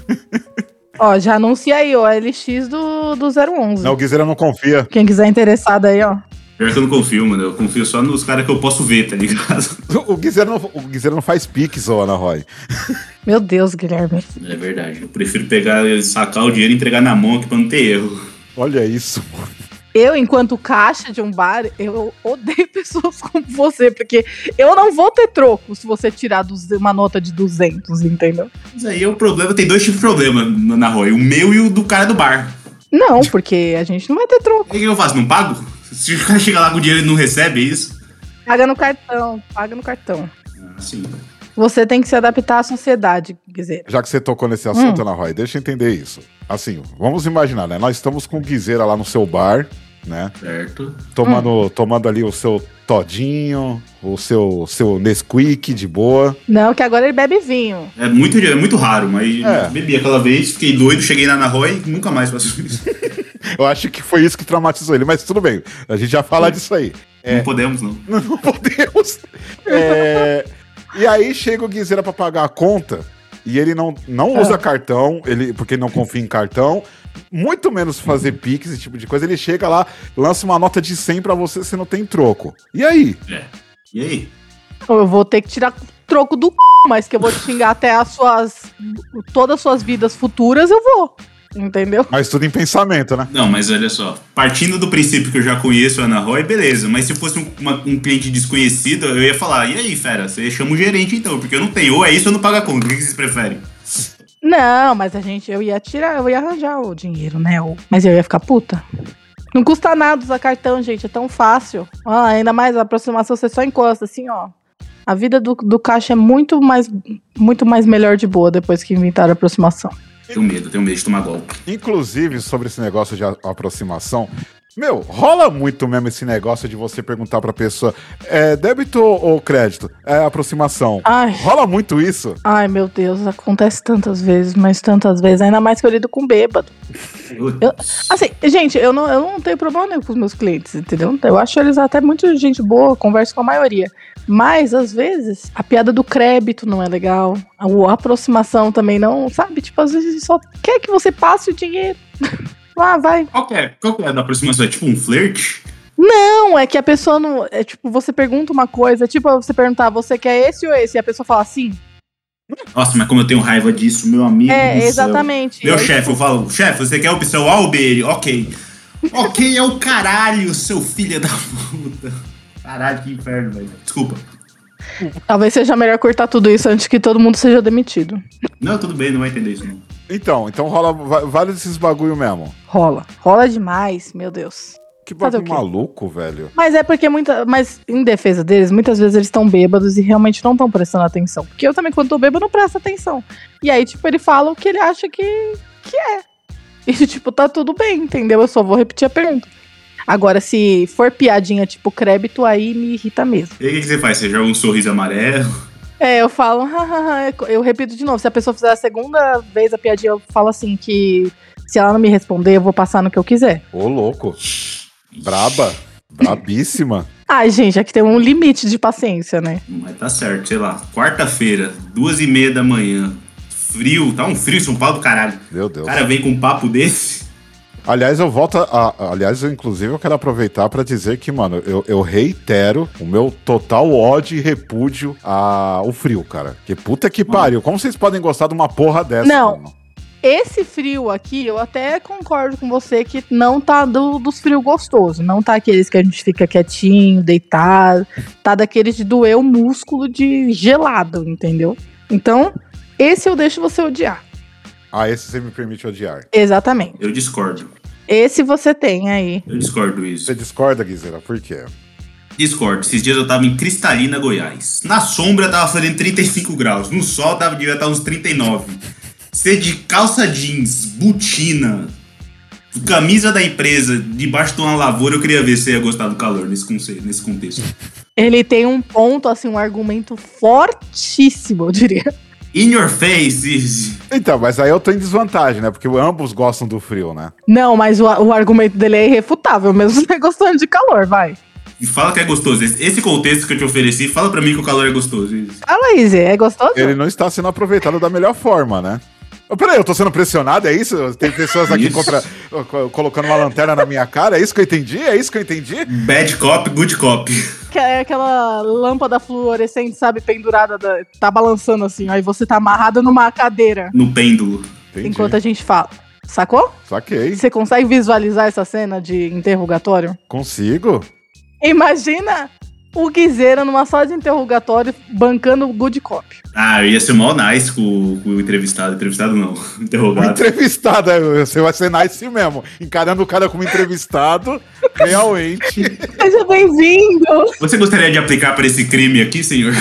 Ó, já anuncia aí, ó, L X do, do zero onze. Não, o Guizera não confia. Quem quiser interessado aí, ó. Pior que eu não confio, mano. Eu confio só nos caras que eu posso ver, tá ligado? O Guizera não, o Guizera não faz pix, ô Ana Roy. Meu Deus, Guilherme. É verdade. Eu prefiro pegar, sacar o dinheiro e entregar na mão aqui pra não ter erro. Olha isso, mano. Eu, enquanto caixa de um bar, eu odeio pessoas como você, porque eu não vou ter troco se você tirar duze- uma nota de duzentos, entendeu? Mas aí é o problema, tem dois tipos de problema na Roy. O meu e o do cara do bar. Não, porque a gente não vai ter troco. O que eu faço? Não pago? Se o cara chega lá com o dinheiro e não recebe, é isso? Paga no cartão, paga no cartão. Ah, sim. Você tem que se adaptar à sociedade, Guizera. Já que você tocou nesse assunto, Hum. Ana Roy, deixa eu entender isso. Assim, vamos imaginar, né? Nós estamos com o Guizera lá no seu bar, né? Certo. Tomando, tomando ali o seu todinho, o seu, seu Nesquik de boa. Não, que agora ele bebe vinho. É muito, é muito raro, mas É. bebi aquela vez, fiquei doido, cheguei na Ana Roy e nunca mais faço isso. Eu acho que foi isso que traumatizou ele, mas tudo bem. A gente já fala disso aí. É. Não podemos, não. Não podemos. É, e aí chega o Guizera pra pagar a conta e ele não, não usa cartão, ele, porque ele não confia em cartão, muito menos fazer Pix, esse tipo de coisa. Ele chega lá, lança uma nota de cem pra você, você não tem troco. E aí? É. E aí? Eu vou ter que tirar troco do c... mas que eu vou te xingar até as suas... todas as suas vidas futuras, eu vou. Entendeu? Mas tudo em pensamento, né? Não, mas olha só. Partindo do princípio que eu já conheço a Ana Roy, beleza. Mas se fosse um, uma- um cliente desconhecido, eu ia falar, e aí, fera, você chama o gerente então, porque eu não tenho. Ou é isso ou não paga a conta. O que que vocês preferem? Não, mas a gente, eu ia tirar, eu ia arranjar o dinheiro, né? O- Mas eu ia ficar puta. Não custa nada usar cartão, gente, é tão fácil. Ah, ainda mais a aproximação, você só encosta, assim, ó. A vida do, do caixa é muito mais, muito mais melhor de boa depois que inventaram a aproximação. Tenho medo, tenho medo de tomar golpe. Inclusive, sobre esse negócio de a- aproximação, meu, rola muito mesmo esse negócio de você perguntar pra pessoa, é débito ou crédito? É aproximação. Ai. Rola muito isso? Ai, meu Deus, acontece tantas vezes, mas tantas vezes, ainda mais que eu lido com bêbado. Eu- assim, gente, eu não, eu não tenho problema nenhum com os meus clientes, entendeu? Eu acho eles até muito gente boa, converso com a maioria. Mas, às vezes, a piada do crédito não é legal, a, a aproximação também não, sabe? Tipo, às vezes só quer que você passe o dinheiro. Lá, vai. Qual que é? Qual que é a da aproximação? É tipo um flerte? Não, é que a pessoa não. É tipo, você pergunta uma coisa, tipo, você perguntar, você quer esse ou esse? E a pessoa fala assim. Nossa, mas como eu tenho raiva disso, meu amigo. É, do céu. exatamente. Meu Aí, chefe, tipo, eu falo, chefe, você quer a opção A ou B? Ele, ok. Ok é o caralho, seu filho da puta. Caralho, que inferno, velho. Desculpa. Talvez seja melhor cortar tudo isso antes que todo mundo seja demitido. Não, tudo bem, não vai entender isso, não. Então, então rola va- vários desses bagulho mesmo. Rola. Rola demais, meu Deus. Que Fazer bagulho o quê? maluco, velho. Mas é porque muita. Mas em defesa deles, muitas vezes eles estão bêbados e realmente não estão prestando atenção. Porque eu também, quando tô bêbado, não presto atenção. E aí, tipo, ele fala o que ele acha que, que é. E, tipo, tá tudo bem, entendeu? Eu só vou repetir a pergunta. Agora, se for piadinha tipo crédito, aí me irrita mesmo. E aí, o que que você faz? Você joga um sorriso amarelo? É, eu falo, hahaha, eu repito de novo. Se a pessoa fizer a segunda vez a piadinha, eu falo assim que se ela não me responder, eu vou passar no que eu quiser. Ô, louco. Braba. Brabíssima. Ai, gente, aqui tem um limite de paciência, né? Mas tá certo, sei lá. Quarta-feira, duas e meia da manhã. Frio, tá um frio em São Paulo do caralho. Meu O Deus. cara vem com um papo desse. Aliás, eu volto a, a- aliás, eu, inclusive, eu quero aproveitar pra dizer que, mano, eu, eu reitero o meu total ódio e repúdio ao frio, cara. Que puta que pariu. Como vocês podem gostar de uma porra dessa, Não. mano? Esse frio aqui, eu até concordo com você que não tá do, dos frios gostosos. Não tá aqueles que a gente fica quietinho, deitado. Tá daqueles de doer o músculo de gelado, entendeu? Então, esse eu deixo você odiar. Ah, esse você me permite odiar. Exatamente. Eu discordo. Esse você tem aí. Eu discordo isso. Você discorda, Guizera? Por quê? Discordo. Esses dias eu tava em Cristalina, Goiás. Na sombra tava fazendo trinta e cinco graus. No sol tava, devia estar uns trinta e nove. Ser de calça jeans, botina, camisa da empresa, debaixo de uma lavoura, eu queria ver se ia gostar do calor nesse, nesse contexto. Ele tem um ponto, assim, um argumento fortíssimo, eu diria. In your face. Então, mas aí eu tô em desvantagem, né? Porque ambos gostam do frio, né? Não, mas o, o argumento dele é irrefutável, mesmo você gostando de calor, vai. E fala que é gostoso. Esse contexto que eu te ofereci, fala pra mim que o calor é gostoso. Fala, Izzy, é gostoso? Ele não está sendo aproveitado da melhor forma, né? Oh, peraí, eu tô sendo pressionado, é isso? Tem pessoas aqui contra, colocando uma lanterna na minha cara, é isso que eu entendi? É isso que eu entendi? Bad cop, good cop. Que é aquela lâmpada fluorescente, sabe, pendurada, da, tá balançando assim, aí você tá amarrado numa cadeira. No pêndulo. Entendi. Enquanto a gente fala. Sacou? Saquei. Você consegue visualizar essa cena de interrogatório? Consigo? Imagina o Guizeira numa sala de interrogatório bancando o good cop. Ah, eu ia ser mó nice com, com o entrevistado. Entrevistado não, O interrogado. entrevistado, você vai ser nice mesmo. Encarando o cara como entrevistado, realmente. Seja bem-vindo! Você gostaria de aplicar para esse crime aqui, senhor?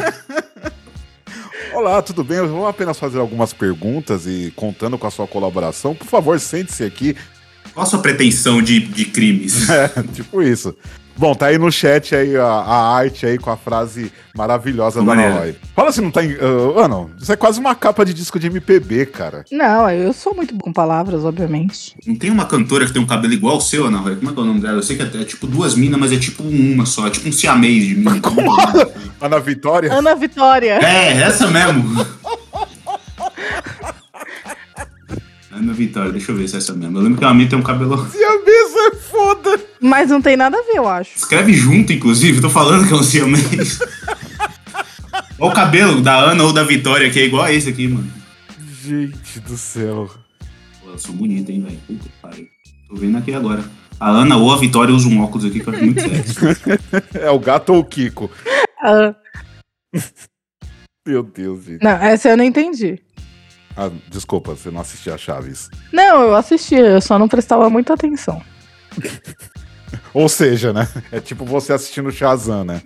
Olá, tudo bem? Eu vou apenas fazer algumas perguntas e contando com a sua colaboração. Por favor, sente-se aqui. Qual a sua pretensão de, de crimes? É, tipo isso. Bom, tá aí no chat aí a, a arte aí com a frase maravilhosa da Maneiro. Ana Roy. Fala se não tá em... Uh, mano, isso é quase uma capa de disco de M P B, cara. Não, eu sou muito bom com palavras, obviamente. Não tem uma cantora que tem um cabelo igual ao seu, Ana Roy? Como é que é o nome dela? Eu sei que é, é tipo duas minas, mas é tipo uma só. É tipo um siamês de mina. Ana Vitória? Ana Vitória. É, essa mesmo. Ana Vitória, deixa eu ver se é essa mesmo. Eu lembro que a minha tem um cabelo... Siamês é foda. Mas não tem nada a ver, eu acho. Escreve junto, inclusive. Tô falando que é um siamês. Olha o cabelo da Ana ou da Vitória, que é igual a esse aqui, mano. Gente do céu. Pô, elas são bonitas, hein, velho? Puta que pariu. Tô vendo aqui agora. A Ana ou a Vitória usam um óculos aqui que eu acho muito sério. É o gato ou o Kiko? Ah, Meu Deus, gente. não, essa eu não entendi. Ah, desculpa, você não assistiu a Chaves. Não, eu assisti, eu só não prestava muita atenção. Ou seja, né? É tipo você assistindo Shazam, né?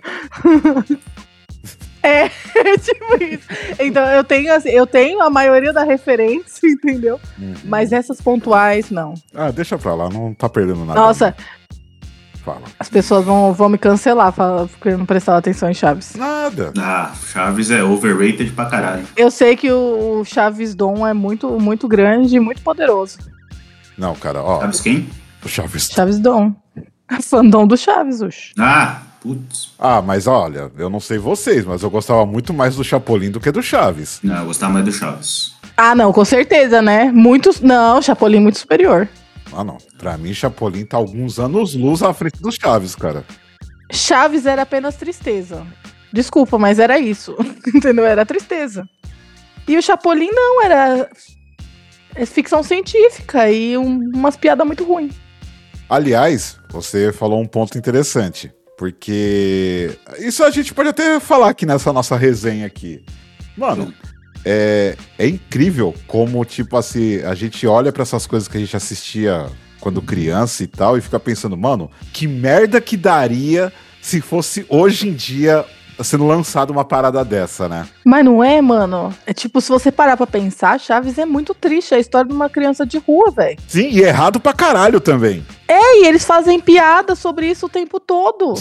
É, é tipo isso. Então, eu tenho, assim, eu tenho a maioria da referência, entendeu? Uhum. Mas essas pontuais, não. Ah, deixa pra lá, não tá perdendo nada. Nossa, Fala. as pessoas vão, vão me cancelar fala- porque eu não prestava atenção em Chaves. Nada. Ah, Chaves é overrated pra caralho. Eu sei que o Chaves Dom é muito, muito grande e muito poderoso. Não, cara, ó. Sabe quem? O Chaves. Chaves Dom. A fandom do Chaves, oxe. Ah, putz. Ah, mas olha, eu não sei vocês, mas eu gostava muito mais do Chapolin do que do Chaves. Não, eu gostava mais do Chaves. Ah, não, com certeza, né? Muitos. Não, Chapolin muito superior. Ah, não. Pra mim, Chapolin tá alguns anos luz à frente do Chaves, cara. Chaves era apenas tristeza. Desculpa, mas era isso. Entendeu? Era tristeza. E o Chapolin não, era é ficção científica e um- umas piadas muito ruins. Aliás, você falou um ponto interessante, porque isso a gente pode até falar aqui nessa nossa resenha aqui. Mano, é, é incrível como, tipo assim, a gente olha pra essas coisas que a gente assistia quando criança e tal, e fica pensando, mano, que merda que daria se fosse hoje em dia sendo lançada uma parada dessa, né? Mas não é, mano? É tipo, se você parar pra pensar, Chaves é muito triste. É a história de uma criança de rua, velho. Sim, e errado pra caralho também. É, e eles fazem piada sobre isso o tempo todo.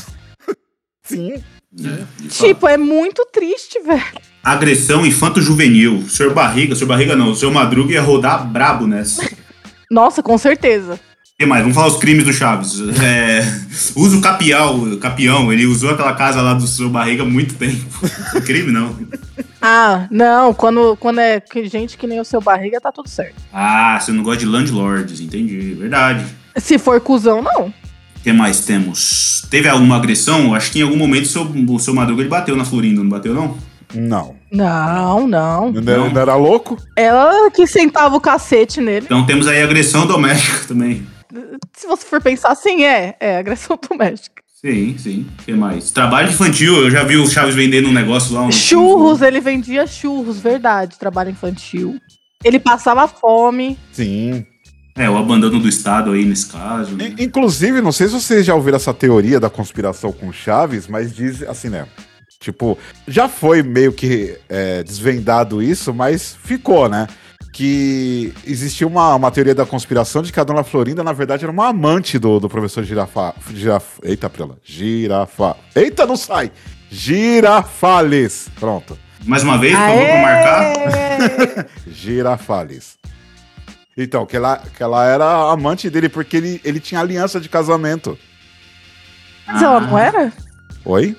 Sim. É, Tipo, é muito triste, velho. agressão infanto-juvenil. O senhor Barriga, o senhor Barriga não, o senhor Madruga ia rodar brabo nessa. Nossa, com certeza. O que mais? Vamos falar os crimes do Chaves. É, usa o capial, capião, ele usou aquela casa lá do seu Barriga há muito tempo. É crime, não. Ah, não, quando, quando é que gente que nem o seu barriga, tá tudo certo. Ah, você não gosta de landlords, entendi, verdade. Se for cuzão, não. O que mais temos? Teve alguma agressão? Acho que em algum momento o seu, o seu Madruga ele bateu na Florinda, não bateu não? Não. Não, não. Não, não. não era louco? Ela que sentava o cacete nele. Então temos aí agressão doméstica também. Se você for pensar assim, é. É agressão doméstica. Sim, sim. O que mais? Trabalho infantil. Eu já vi o Chaves vendendo um negócio lá. Um... Churros, ele vendia churros, verdade. Trabalho infantil. Ele passava fome. Sim. É, o abandono do Estado aí nesse caso. Né? Inclusive, não sei se vocês já ouviram essa teoria da conspiração com Chaves, mas diz assim, né? Tipo, já foi meio que é, desvendado isso, mas ficou, né? Que existia uma, uma teoria da conspiração de que a Dona Florinda, na verdade, era uma amante do, do professor Girafa... Giraf, eita, Prela. Girafa... Eita, não sai! Girafales. Pronto. Mais uma vez, por favor, pra marcar. Girafales. Então, que ela, que ela era amante dele porque ele, ele tinha aliança de casamento. Mas ah. ela não era? Oi?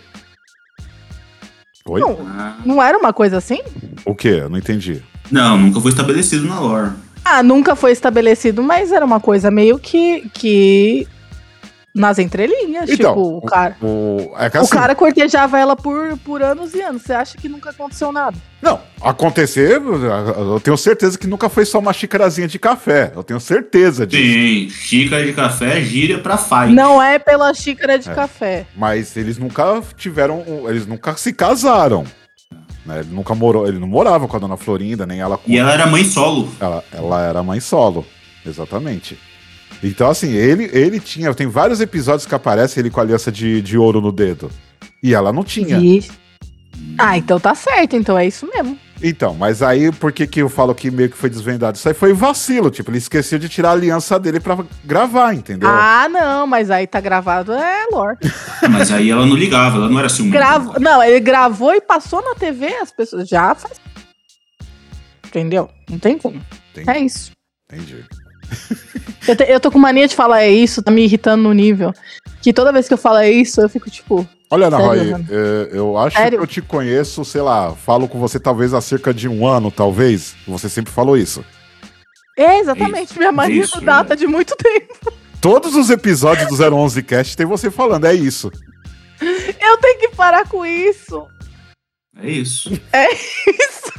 Oi? Não, não era uma coisa assim? O quê? Eu não entendi. Não, nunca foi estabelecido na lore. Ah, nunca foi estabelecido, mas era uma coisa meio que... que... nas entrelinhas, então, tipo, o cara... O, é que o assim, cara cortejava ela por, por anos e anos. Você acha que nunca aconteceu nada? Não, acontecer, eu tenho certeza que nunca foi só uma xicarazinha de café. Eu tenho certeza disso. Sim, xícara de café gira pra fight. Não é pela xícara de é, café. Mas eles nunca tiveram... Eles nunca se casaram. Né? Ele nunca morou... Ele não morava com a Dona Florinda, nem ela... Com... E ela era mãe solo. Ela, ela era mãe solo, exatamente. Então, assim, ele, ele tinha... Tem vários episódios que aparece ele com a aliança de, de ouro no dedo. E ela não tinha. E... Ah, então tá certo. Então é isso mesmo. Então, mas aí, por que que eu falo que meio que foi desvendado? Isso aí foi vacilo, tipo, ele esqueceu de tirar a aliança dele pra gravar, entendeu? Ah, não, mas aí tá gravado, é lore. Mas aí ela não ligava, ela não era ciumenta. Grava... Não, ele gravou e passou na T V, as pessoas já faz... Entendeu? Não tem como. Entendi. É isso. Entendi. Eu, te, eu tô com mania de falar é isso, tá me irritando no nível que toda vez que eu falo é isso, eu fico tipo... Olha, Ana Roy, eu, eu acho Sério? que eu te conheço, sei lá, falo com você talvez há cerca de um ano, talvez. Você sempre falou isso. É, exatamente. Minha mania isso, data é. de muito tempo. Todos os episódios do zero onze Cast tem você falando, é isso. Eu tenho que parar com isso. É isso. É isso.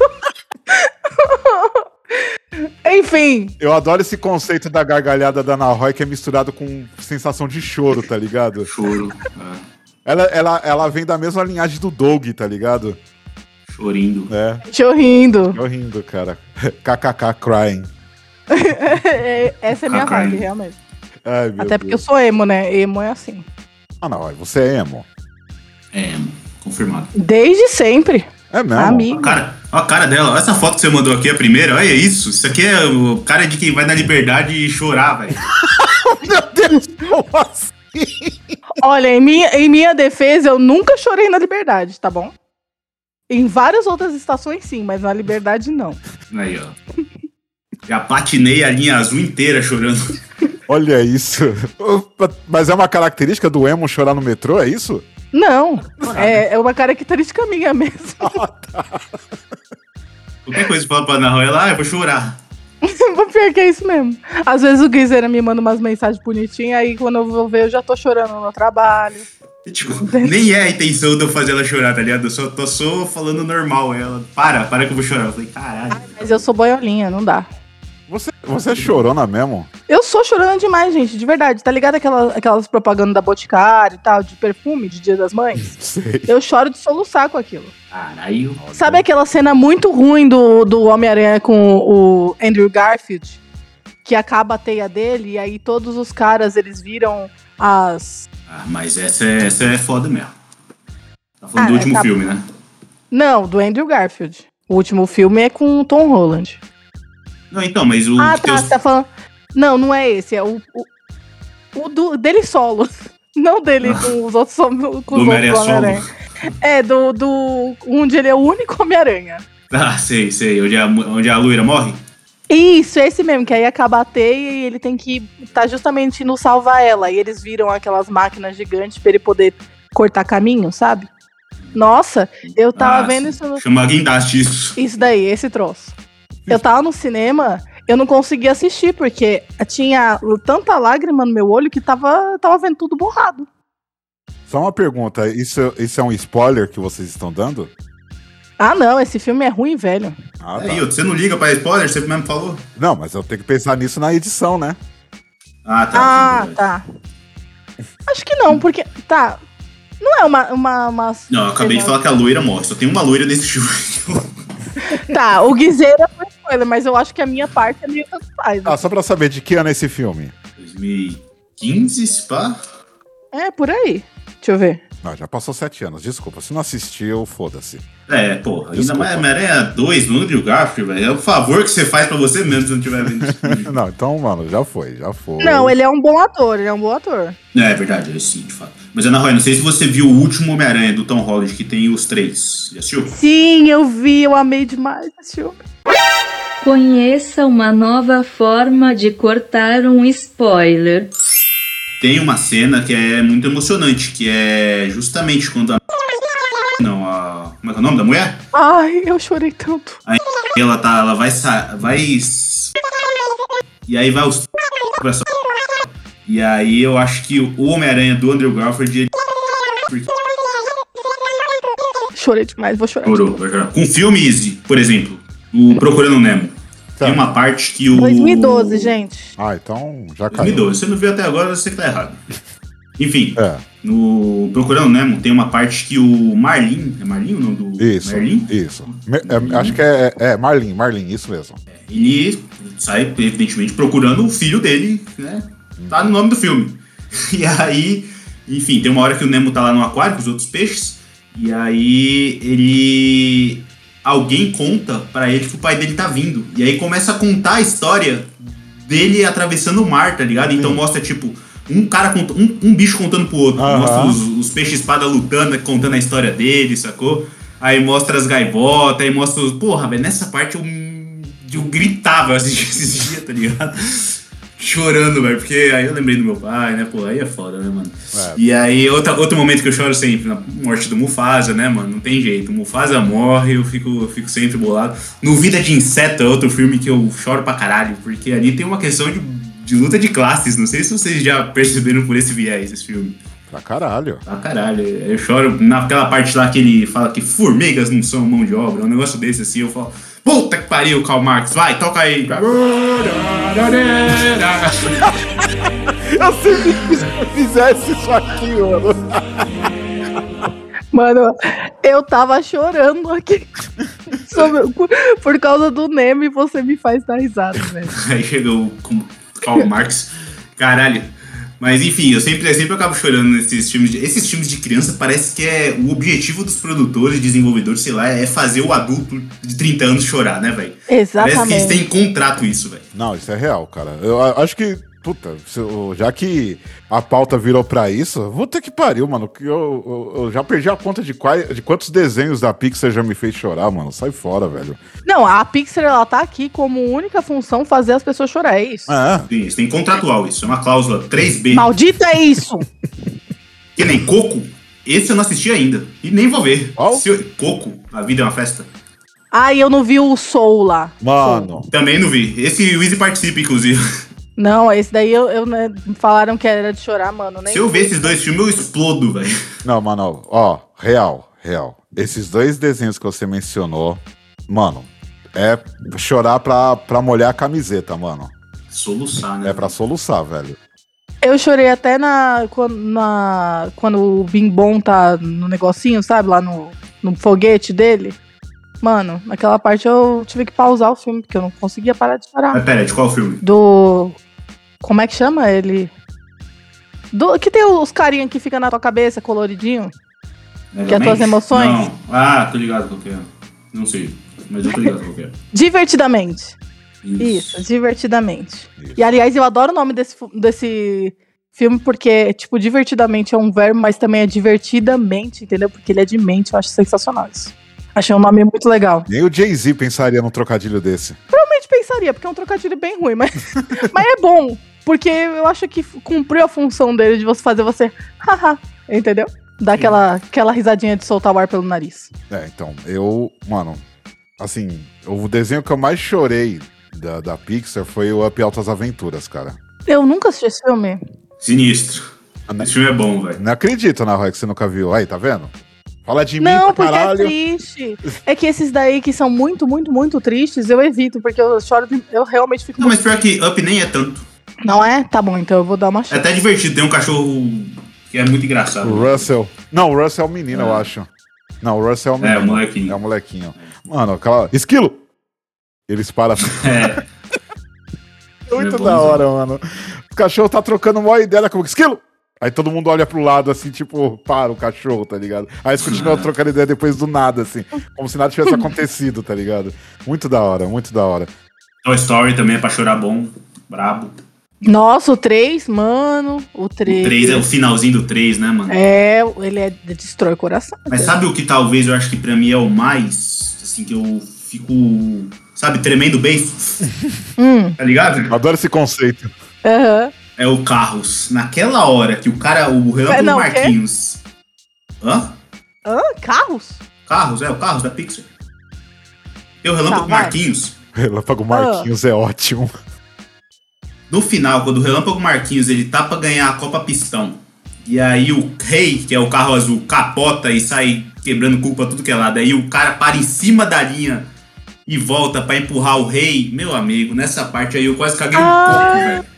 Enfim. Eu adoro esse conceito da gargalhada da Ana Roy que é misturado com sensação de choro, tá ligado? Choro. É. Ela, ela, ela vem da mesma linhagem do Doug, tá ligado? Chorindo. É. Tô rindo. Eu rindo, cara. K K K crying. Essa é a minha Crying. vibe, realmente. Ai, meu Até porque eu Deus. sou emo, né? Emo é assim. Ana Roy, você é emo? É, confirmado. Desde sempre. É mesmo? Amigo. Ó a cara, ó a cara dela, olha essa foto que você mandou aqui, a primeira, olha isso. Isso aqui é o cara de quem vai na liberdade e chorar, velho. Meu Deus, como assim? Olha, em minha, em minha defesa, eu nunca chorei na Liberdade, tá bom? Em várias outras estações, sim, mas na Liberdade, não. Aí, ó. Já patinei a linha azul inteira chorando. Olha isso. Mas é uma característica do emo chorar no metrô, é isso? Não, é, é uma característica minha mesmo. Ah, tá. Qualquer coisa que fala pra Ana Roy, ela, ah, eu vou chorar. Pior que é isso mesmo. Às vezes o Guizeira me manda umas mensagens bonitinhas, aí quando eu vou ver, eu já tô chorando no trabalho. E, tipo, nem é a intenção de eu fazer ela chorar, tá ligado? Eu só tô só falando normal. Ela, para, para que eu vou chorar. Eu falei, caralho. Mas eu sou boiolinha, não dá. Você, você é chorona mesmo? Eu sou chorando demais, gente, de verdade. Tá ligado aquela, aquelas propagandas da Boticário e tal, de perfume, de Dia das Mães? Sei. Eu choro de soluçar com aquilo. Caralho. Sabe aquela cena muito ruim do, do Homem-Aranha com o Andrew Garfield? Que acaba a teia dele e aí todos os caras, eles viram as... Ah, mas essa é, essa é foda mesmo. Tá falando Ah, do último tá. filme, né? Não, do Andrew Garfield. O último filme é com o Tom Holland. Não, então, mas o... Ah, que tem tá, os- você tá falando... Não, não é esse, é o, o, o do, dele solo. Não dele com os outros, com os Do outros Homem-Aranha Homem-Aranha. É, do, do... Onde ele é o único Homem-Aranha. Ah, sei, sei. Onde a, onde a loira morre? Isso, esse mesmo, que aí acaba a teia e ele tem que tá justamente indo salvar ela. E eles viram aquelas máquinas gigantes pra ele poder cortar caminho, sabe? Nossa, eu tava Ah, vendo isso no... Chama guindaste isso. Isso daí, esse troço. Eu tava no cinema, eu não conseguia assistir, porque tinha tanta lágrima no meu olho que tava, tava vendo tudo borrado. Só uma pergunta, isso, isso é um spoiler que vocês estão dando? Ah, não, esse filme é ruim, velho. Ah, É, tá. e outro, você não liga pra spoiler? Você mesmo falou? Não, mas eu tenho que pensar nisso na edição, né? Ah, tá. Ah, sim, tá. Acho que não, porque. Tá. Não é uma. uma, uma Não, eu acabei de falar que a loira morre. Só tem uma loira nesse filme. Tá, o Guiseira foi spoiler, mas eu acho que a minha parte é meio tanto faz. Ah, só pra saber de que ano é esse filme. dois mil e quinze, spa? É, por aí. Deixa eu ver. Não, já passou sete anos, desculpa. Se não assistiu, foda-se. É, porra. Ainda Desculpa. mais Homem-Aranha dois no Andrew Garfield, velho. É o favor que você faz pra você mesmo se não tiver vendo esse filme. Não, então, mano, já foi, já foi. Não, ele é um bom ator, ele é um bom ator. É, é verdade, é sim, de fato. Mas, Ana Roy, não sei se você viu o último Homem-Aranha do Tom Holland, que tem os três. Já assistiu? Sim, eu vi, eu amei demais esse filme. Conheça uma nova forma de cortar um spoiler. Tem uma cena que é muito emocionante, que é justamente quando a... Não, a... Como é que é o nome da mulher? Ai, eu chorei tanto. Aí ela tá, ela vai sa... vai e aí vai os e aí eu acho que o Homem-Aranha do Andrew Garfield ele... Chorei demais, vou chorar. Chorou, vai chorar. Com o filme Easy, por exemplo, o Procurando Nemo. Tá. Tem uma parte que o dois mil e doze, gente. Ah, então já caiu. dois mil e doze, você não viu até agora, você que tá errado. Enfim, É, no Procurando Nemo tem uma parte que o Marlin, é Marlin o nome do isso, Merlin? isso. Me- é, acho que é, é Marlin, Marlin, isso mesmo. Ele sai, evidentemente, procurando o filho dele, né? Tá no nome do filme. E aí, enfim, tem uma hora que o Nemo tá lá no aquário com os outros peixes, e aí ele... Alguém conta pra ele que o pai dele tá vindo. E aí começa a contar a história dele atravessando o mar, tá ligado? Então Sim. mostra, tipo, um cara cont... um, um bicho contando pro outro. Aham. Mostra os, os peixes-espada lutando, contando a história dele, sacou? Aí mostra as gaivotas, aí mostra os... Porra, velho, nessa parte eu, eu gritava esses esses dias, tá ligado? Chorando, velho, porque aí eu lembrei do meu pai, né? Pô, aí é foda, né, mano? É. E aí, outra, outro momento que eu choro sempre, na morte do Mufasa, né, mano? Não tem jeito. O Mufasa morre, eu fico, eu fico sempre bolado. No Vida de Inseto é outro filme que eu choro pra caralho, porque ali tem uma questão de, de luta de classes. Não sei se vocês já perceberam por esse viés esse filme. Pra caralho. Pra caralho. Eu choro naquela parte lá que ele fala que formigas não são mão de obra, um negócio desse assim, eu falo. Puta que pariu, Karl Marx, vai, toca aí. Eu sempre quis que eu fizesse isso aqui, mano. Mano, eu tava chorando aqui sobre- por, por causa do Nemo e você me faz dar risada, velho. Aí chegou o Karl Marx. Caralho. Mas enfim, eu sempre, eu sempre acabo chorando nesses filmes. De, esses filmes de criança parece que é o objetivo dos produtores, desenvolvedores, sei lá, é fazer o adulto de trinta anos chorar, né, velho? Parece que eles Exatamente. têm contrato isso, velho. Não, isso é real, cara. Eu a- acho que, puta, se eu- já que a pauta virou pra isso, eu vou ter que pariu, mano. Que eu, eu, eu já perdi a conta de, quais, de quantos desenhos da Pixar já me fez chorar, mano. Sai fora, velho. Não, a Pixar, ela tá aqui como única função fazer as pessoas chorar, é isso. É. Sim, eles têm contratual isso, é uma cláusula três B. Maldito é isso! Que nem Coco, esse eu não assisti ainda. E nem vou ver. Qual? Se eu- Coco, A Vida é uma Festa. Ai, eu não vi o Soul lá. Mano. Também não vi. Esse o Easy participa, inclusive. Não, esse daí eu, eu né, falaram que era de chorar, mano. Nem Se eu ver esses dois filmes, eu explodo, velho. Não, mano, ó, real, real. Esses dois desenhos que você mencionou, mano, é chorar pra, pra molhar a camiseta, mano. Soluçar, né? É pra soluçar, velho. Eu chorei até na quando, na, quando o Bim Bom tá no negocinho, sabe? Lá no, no foguete dele. Mano, naquela parte eu tive que pausar o filme, porque eu não conseguia parar de chorar. Mas pera, de qual filme? Do... Como é que chama ele? Do, que tem os carinha que fica na tua cabeça, coloridinho. Que é as tuas emoções? Não. Ah, tô ligado qual que é. Não sei, mas eu tô ligado qual que é. Divertidamente. Isso, divertidamente. Isso. E aliás, eu adoro o nome desse, fu- desse filme, porque, tipo, divertidamente é um verbo, mas também é divertidamente, entendeu? Porque ele é de mente, eu acho sensacional isso. Achei um nome muito legal. Nem o Jay-Z pensaria num trocadilho desse. Realmente pensaria, porque é um trocadilho bem ruim, mas, mas é bom. Porque eu acho que cumpriu a função dele de você fazer você, haha, entendeu? Dar aquela, aquela risadinha de soltar o ar pelo nariz. É, então, eu, mano, assim, o desenho que eu mais chorei da, da Pixar foi o Up Altas Aventuras, cara. Eu nunca assisti esse filme. Sinistro. Esse filme é bom, velho. Não acredito, na Roy, que você nunca viu. Aí, tá vendo? Fala de mim Não, pra porque caralho. é triste. É que esses daí que são muito, muito, muito tristes, eu evito, porque eu choro, de- eu realmente fico Não, mas muito... pior que Up nem é tanto. Não é? Tá bom, então eu vou dar uma É chance. até divertido, tem um cachorro que é muito engraçado. O Russell. Não, o Russell é o menino, É. eu acho. Não, o Russell é o menino. É, o molequinho. É o molequinho. Mano, aquela... Esquilo! Eles param... É. Muito É da bonzão. hora, mano. O cachorro tá trocando uma ideia com o esquilo. Aí todo mundo olha pro lado, assim, tipo, para o cachorro, tá ligado? Aí eles continuam Ah. trocando ideia depois do nada, assim. Como se nada tivesse acontecido, tá ligado? Muito da hora, muito da hora. Toy Story também é pra chorar bom, brabo. Nossa, o três, mano, o O três... três é o finalzinho do três, né, mano? É, ele é destrói o coração. Mas sabe o que talvez eu acho que pra mim é o mais, assim, que eu fico, sabe, tremendo bem, Hum, tá ligado? Eu adoro esse conceito. aham. É o Carros. Naquela hora que o cara, o Relâmpago Não, o quê? Marquinhos... Hã? Hã? Carros? Carros, é, o Carros da Pixar. E o Relâmpago Tá, vai. Marquinhos... Relâmpago Marquinhos é ótimo. No final, quando o Relâmpago Marquinhos ele tá pra ganhar a Copa Pistão, e aí o Rei, que é o carro azul, capota e sai quebrando culpa tudo que é lado, aí o cara para em cima da linha e volta pra empurrar o Rei, meu amigo, nessa parte aí eu quase caguei um Ah. pouco, velho.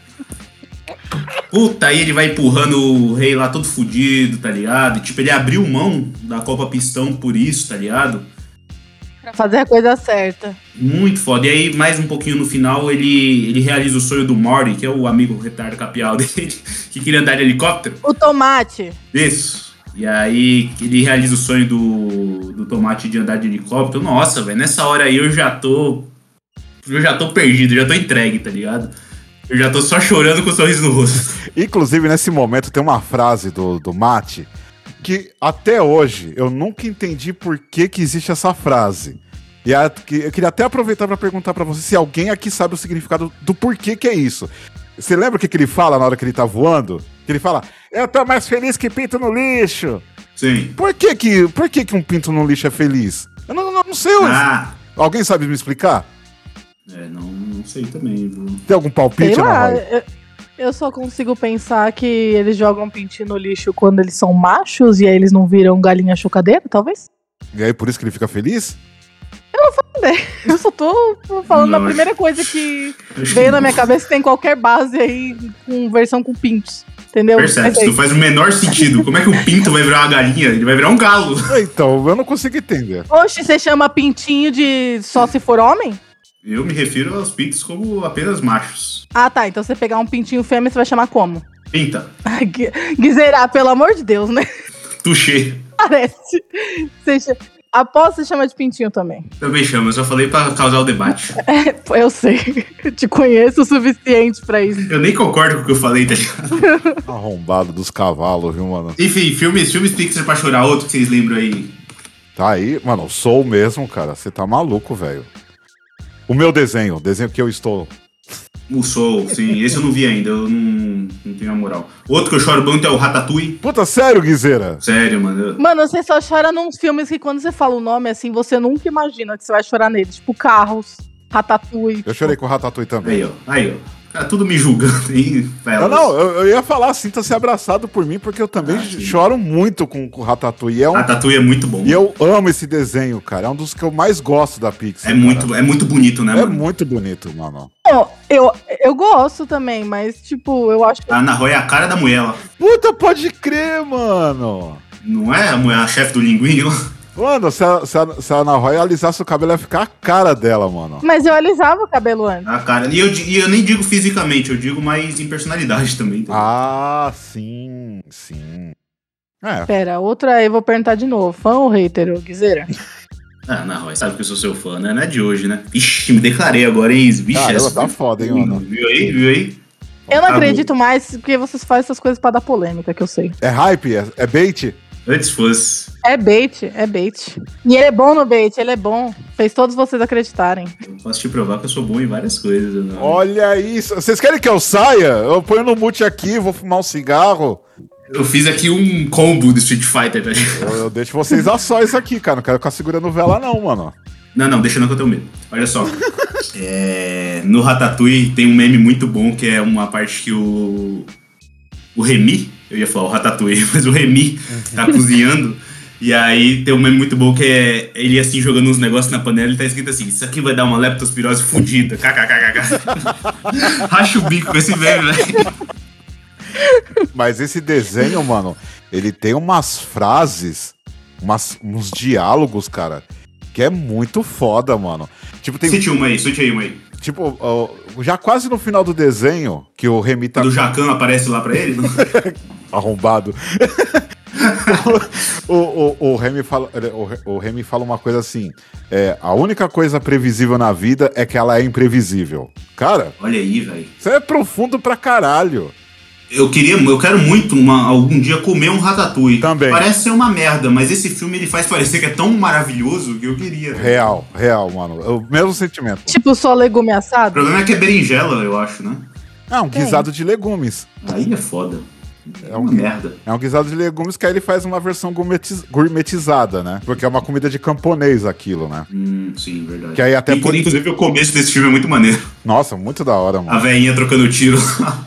Puta, aí ele vai empurrando o Rei lá todo fudido, tá ligado? E, tipo, ele abriu mão da Copa Pistão por isso, tá ligado? Pra fazer a coisa certa. Muito foda. E aí, mais um pouquinho no final, ele, ele realiza o sonho do Morty, que é o amigo retardo capial dele, que queria andar de helicóptero. O tomate. Isso. E aí, ele realiza o sonho do, do Tomate de andar de helicóptero. Nossa, velho, nessa hora aí eu já tô... Eu já tô perdido, já tô entregue, tá ligado? Eu já tô só chorando com o sorriso no rosto. Inclusive, nesse momento, tem uma frase do, do Mate que até hoje eu nunca entendi por que, que existe essa frase. E a, que, eu queria até aproveitar para perguntar para você se alguém aqui sabe o significado do porquê que é isso. Você lembra o que, que ele fala na hora que ele tá voando? Que ele fala, eu tô mais feliz que pinto no lixo. Sim. Por que que, por que, que um pinto no lixo é feliz? Eu não, não, não sei. Ah, Alguém sabe me explicar? é, não, não sei também, viu? Tem algum palpite, Sei Ana lá, Roy? eu, eu só consigo pensar que eles jogam pintinho no lixo quando eles são machos e aí eles não viram galinha chocadeira, talvez? E aí por isso que ele fica feliz? Eu só tô falando Não, a acho- primeira coisa que Acho veio que na não. minha cabeça, tem qualquer base aí com versão com pintos. Entendeu? Percebe, Mas é isso não faz o menor sentido. Como é que o pinto vai virar uma galinha? Ele vai virar um galo. Então, eu não consigo entender. Oxe, você chama pintinho de só se for homem? Eu me refiro aos pintos como apenas machos. Ah, tá. Então você pegar um pintinho fêmea, você vai chamar como? Pinta. Ai, Gui- Guizerá, pelo amor de Deus, né? Tuxê. Parece. Você cha- Após você chama de pintinho também. Também chama, eu só falei pra causar o debate. Eu sei. Eu te conheço o suficiente pra isso. Eu nem concordo com o que eu falei, tá ligado? Arrombado dos cavalos, viu, mano? Enfim, filmes, filmes Pixar pra chorar, outro que vocês lembram aí. Tá aí, mano, sou mesmo, cara. Você tá maluco, velho. O meu desenho, o desenho que eu estou. O Soul, sim. Esse eu não vi ainda, eu não, não tenho a moral. Outro que eu choro muito é o Ratatouille. Puta, sério, Guizeira? Sério, mano. eu- Mano, você só chora nos filmes que quando você fala o nome, assim, você nunca imagina que você vai chorar neles. Tipo, Carros, Ratatouille. Eu chorei com o Ratatouille também. Aí, ó. Aí, ó. Cara, tudo me julgando aí, Não, não, eu, eu ia falar, sinta-se abraçado por mim, porque eu também Ah, sim. choro muito com o Ratatouille. É um, Ratatouille é muito bom. e eu amo esse desenho, cara. É um dos que eu mais gosto da Pixar. É cara. muito, é muito bonito, né, É mano? muito bonito, mano. Não, eu, eu gosto também, mas, tipo, eu acho que. A Ana Roy é a cara da mulher lá. Puta, pode crer, mano. Não é a mulher, a chefe do linguinho lá? Mano, se a, se, a, se a Ana Roy alisasse o cabelo, ia ficar a cara dela, mano. Mas eu alisava o cabelo antes. A cara. E eu, di- e eu nem digo fisicamente, eu digo mais em personalidade também. Entendeu? Ah, sim, sim. É, Pera, outra aí eu vou perguntar de novo. Fã ou hater, ô Guizeira? Ah, Ana Roy, sabe que eu sou seu fã, né? Não é de hoje, né? Ixi, me declarei agora, hein? Vixe, Caramba, essa tá foi- foda, hein, mano? Viu aí? Viu aí? Eu não Tá acredito mais porque vocês fazem essas coisas pra dar polêmica, que eu sei. é hype? É, é bait? Antes fosse. É bait, é bait. E ele é bom no bait, ele é bom. Fez todos vocês acreditarem. Eu posso te provar que eu sou bom em várias coisas. Né? Olha isso. Vocês querem que eu saia? Eu ponho no mute aqui, vou fumar um cigarro. Eu fiz aqui um combo do Street Fighter, tá ligado? Eu, eu deixo vocês a sós aqui, cara. Não quero ficar segurando vela, não, mano. Não, não, deixa não que eu tenho medo. Olha só. É, no Ratatouille tem um meme muito bom que é uma parte que o. O Remy, eu ia falar o Ratatouille, mas o Remy tá cozinhando. E aí tem um meme muito bom que é ele assim jogando uns negócios na panela e tá escrito assim: isso aqui vai dar uma leptospirose fudida. Kkkk. Racha o bico com esse meme, velho. Mas esse desenho, mano, ele tem umas frases, umas, uns diálogos, cara, que é muito foda, mano. Tipo, tem. Cite uma aí, cite aí uma aí. Tipo, uh, já quase no final do desenho, que o Remy tá. Quando o Jacan aparece lá pra ele? Não? Arrombado. o, o, o, Remy fala, o, o Remy fala uma coisa assim: é, a única coisa previsível na vida é que ela é imprevisível. Cara, olha aí, velho. Isso é profundo pra caralho. Eu queria, eu quero muito uma, algum dia comer um ratatouille. Também. Parece ser uma merda, mas esse filme ele faz parecer que é tão maravilhoso que eu queria. Real, real, mano. O mesmo sentimento. Tipo, só legume assado? O problema é que é berinjela, eu acho, né? É um guisado de legumes. Aí é foda. É uma merda. É um guisado de legumes que aí ele faz uma versão gourmetiz, gourmetizada, né? Porque é uma comida de camponês aquilo, né? Hum, sim, verdade. Que aí até por... Inclusive o começo desse filme é muito maneiro. Nossa, muito da hora, mano. A velhinha trocando tiro.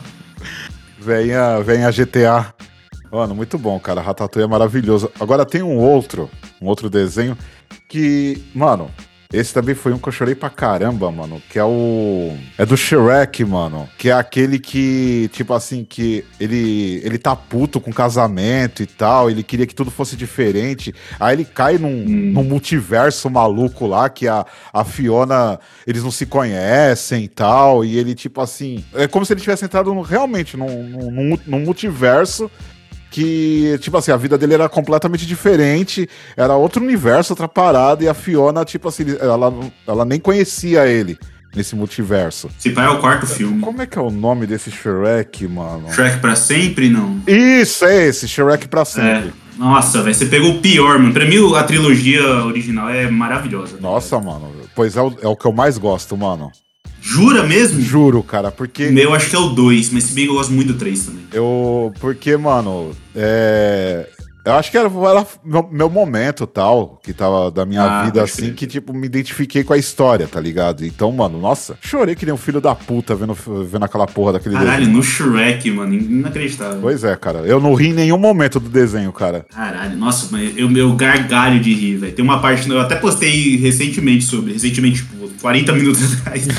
Venha, venha G T A. Mano, muito bom, cara. Ratatouille é maravilhoso. Agora tem um outro, um outro desenho que, mano, esse também foi um que eu chorei pra caramba, mano. Que é o... É do Shrek, mano. Que é aquele que, tipo assim, que ele, ele tá puto com casamento e tal. Ele queria que tudo fosse diferente. Aí ele cai num, hum. num multiverso maluco lá, que a, a Fiona... Eles não se conhecem e tal. E ele, tipo assim... É como se ele tivesse entrado no, realmente num, num, num multiverso... Que, tipo assim, a vida dele era completamente diferente, era outro universo, outra parada, e a Fiona, tipo assim, ela, ela nem conhecia ele nesse multiverso. Esse pai é o quarto filme. Como é que é o nome desse Shrek, mano? Shrek pra sempre, não? Isso, é esse, Shrek pra sempre. É. Nossa, velho, você pegou o pior, mano. Pra mim, a trilogia original é maravilhosa. Nossa, cara. Mano, pois é o, é o que eu mais gosto, mano. Jura mesmo? Juro, cara, porque... O meu acho que é o dois, mas se bem que eu gosto muito do três também. Eu... Porque, mano, é... Eu acho que era, era meu, meu momento, tal, que tava da minha ah, vida, assim, que, tipo, me identifiquei com a história, tá ligado? Então, mano, nossa, chorei que nem um filho da puta vendo, vendo aquela porra daquele Caralho, desenho. no Shrek, mano, inacreditável. Pois é, cara, eu não ri em nenhum momento do desenho, cara. Caralho, nossa, eu, eu gargalho de rir, velho. Tem uma parte, eu até postei recentemente sobre, recentemente, tipo, quarenta minutos atrás.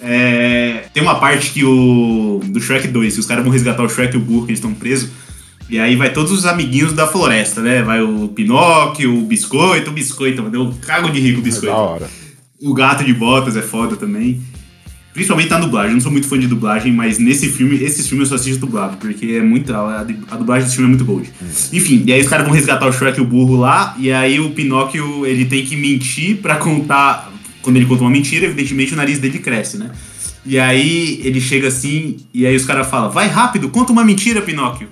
É, tem uma parte que o do Shrek dois, que os caras vão resgatar o Shrek e o burro, que eles estão presos. E aí vai todos os amiguinhos da floresta, né? Vai o Pinóquio, o Biscoito, o Biscoito, mano, eu cago de rir com o Biscoito. É da hora. O Gato de Botas é foda também. Principalmente na dublagem, eu não sou muito fã de dublagem, mas nesse filme, esses filmes eu só assisto dublado, porque é muito, a, a dublagem desse filme é muito gold. Hum. Enfim, e aí os caras vão resgatar o Shrek e o burro lá, e aí o Pinóquio, ele tem que mentir pra contar... Quando ele conta uma mentira, evidentemente o nariz dele cresce, né? E aí ele chega assim, e aí os caras falam, vai rápido, conta uma mentira, Pinóquio.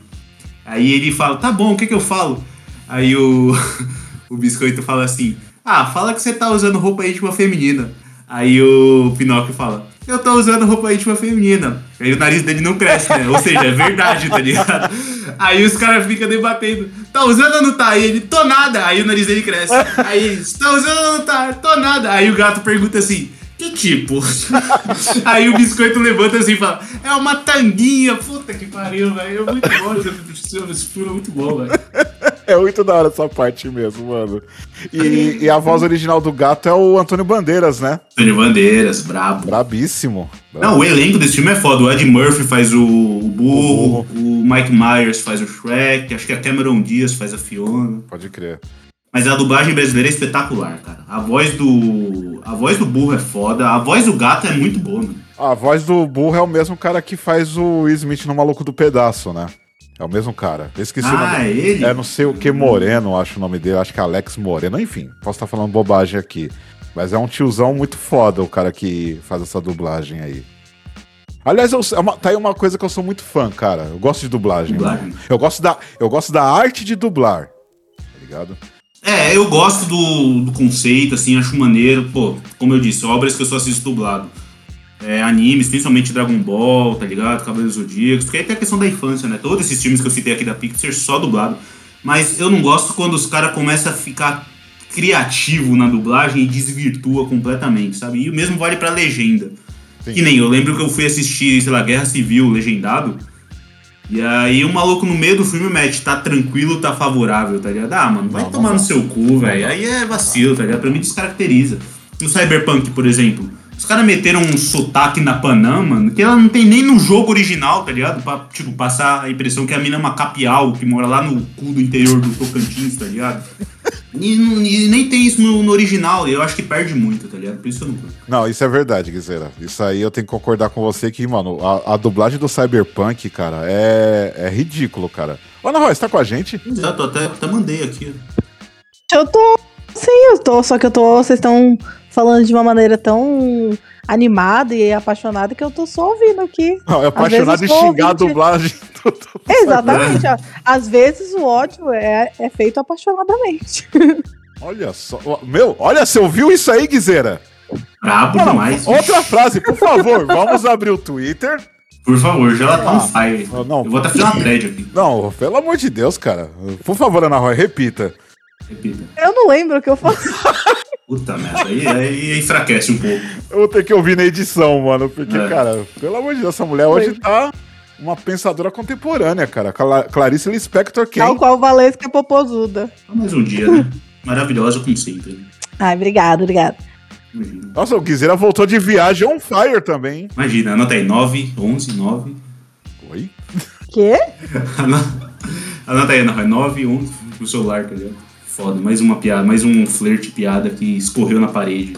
Aí ele fala, tá bom, o que que eu falo? Aí o, o Biscoito fala assim, ah, fala que você tá usando roupa íntima feminina. Aí o Pinóquio fala, eu tô usando roupa íntima feminina. Aí o nariz dele não cresce, né? Ou seja, é verdade, tá ligado? Aí os caras ficam debatendo, tá usando ou não tá? Aí ele, tô nada. Aí o nariz dele cresce. Aí eles, tá usando ou não tá? Tô nada. Aí o gato pergunta assim, que tipo? Aí o Biscoito levanta assim e fala, é uma tanguinha. Puta que pariu, velho. É muito bom esse filme, é muito bom, velho. É muito da hora essa parte mesmo, mano. E, e a voz original do gato é o Antônio Bandeiras, né? Antônio Bandeiras, brabo. Brabíssimo. Não, o elenco desse filme é foda. O Ed Murphy faz o, o, burro, o burro, o Mike Myers faz o Shrek, acho que a Cameron Diaz faz a Fiona. Pode crer. Mas a dublagem brasileira é espetacular, cara. A voz do. A voz do burro é foda, a voz do gato é muito boa, mano. A voz do burro é o mesmo cara que faz o Will Smith no Maluco do Pedaço, né? É o mesmo cara. Eu esqueci ah, o nome. É ele? É não sei o que Moreno, acho o nome dele. Acho que é Alex Moreno. Enfim, posso estar falando bobagem aqui. Mas é um tiozão muito foda o cara que faz essa dublagem aí. Aliás, eu, é uma, tá aí uma coisa que eu sou muito fã, cara. Eu gosto de dublagem. dublagem. Eu, gosto da, eu gosto da arte de dublar. Tá ligado? É, eu gosto do, do conceito, assim, acho maneiro. Pô, como eu disse, obras que eu só assisto dublado. É, animes, principalmente Dragon Ball, tá ligado? Cavaleiros Zodíacos, porque aí tem a questão da infância, né? Todos esses filmes que eu citei aqui da Pixar só dublado. Mas eu não gosto quando os caras começam a ficar criativo na dublagem e desvirtua completamente, sabe? E o mesmo vale pra legenda. Sim. Que nem eu lembro que eu fui assistir, sei lá, Guerra Civil legendado. E aí o maluco no meio do filme mete, tá tranquilo, tá favorável, tá ligado? Ah, mano, vai Não, tomar não no dá. seu cu, velho. Aí é vacilo, tá ligado? Pra mim descaracteriza. No Cyberpunk, por exemplo, os caras meteram um sotaque na Panam, mano, que ela não tem nem no jogo original, tá ligado? Pra, tipo, passar a impressão que a mina é uma capial que mora lá no cu do interior do Tocantins, tá ligado? E, não- e nem tem isso no, no original, e eu acho que perde muito, tá ligado? Por isso eu não curto. Não, isso é verdade, Guizeira. Isso aí eu tenho que concordar com você que, mano, a, a dublagem do Cyberpunk, cara, é, é ridículo, cara. Ô, Ana Roy, você tá com a gente? Exato, até, até mandei aqui. Eu tô. Sim, eu tô. Só que eu tô. Vocês estão falando de uma maneira tão animada e apaixonada que eu tô só ouvindo aqui. Não, é apaixonado em vezes sou xingar a ouvinte. dublagem. do- do- Exatamente. ó. Às vezes o ódio é, é feito apaixonadamente. Olha só. ó, Meu, olha, você ouviu isso aí, Guizeira? Brabo Não, não, demais. outra frase, por favor. Vamos abrir o Twitter. Por favor, já ela tá Ah, on fire. não, não. Eu vou até fazer uma thread aqui. Não, pelo amor de Deus, cara. Por favor, Ana Roy, repita. Repita. Eu não lembro o que eu falei. Puta merda, aí, aí enfraquece um pouco. Eu vou ter que ouvir na edição, mano. Porque, É. cara, pelo amor de Deus, essa mulher hoje tá uma pensadora contemporânea, cara. Cla- Clarice Lispector, quem? Tal qual Valesca Popozuda. Mais um dia, né? Maravilhosa como sempre. Ai, obrigado, obrigado. Imagina. Nossa, o Guizeira voltou de viagem on fire também. hein? Imagina, anota aí, nove, onze, nove. Oi? Quê? Anota, anota aí, Ana, nove, onze no celular, tá ligado? Foda, mais uma piada, mais um flerte piada que escorreu na parede.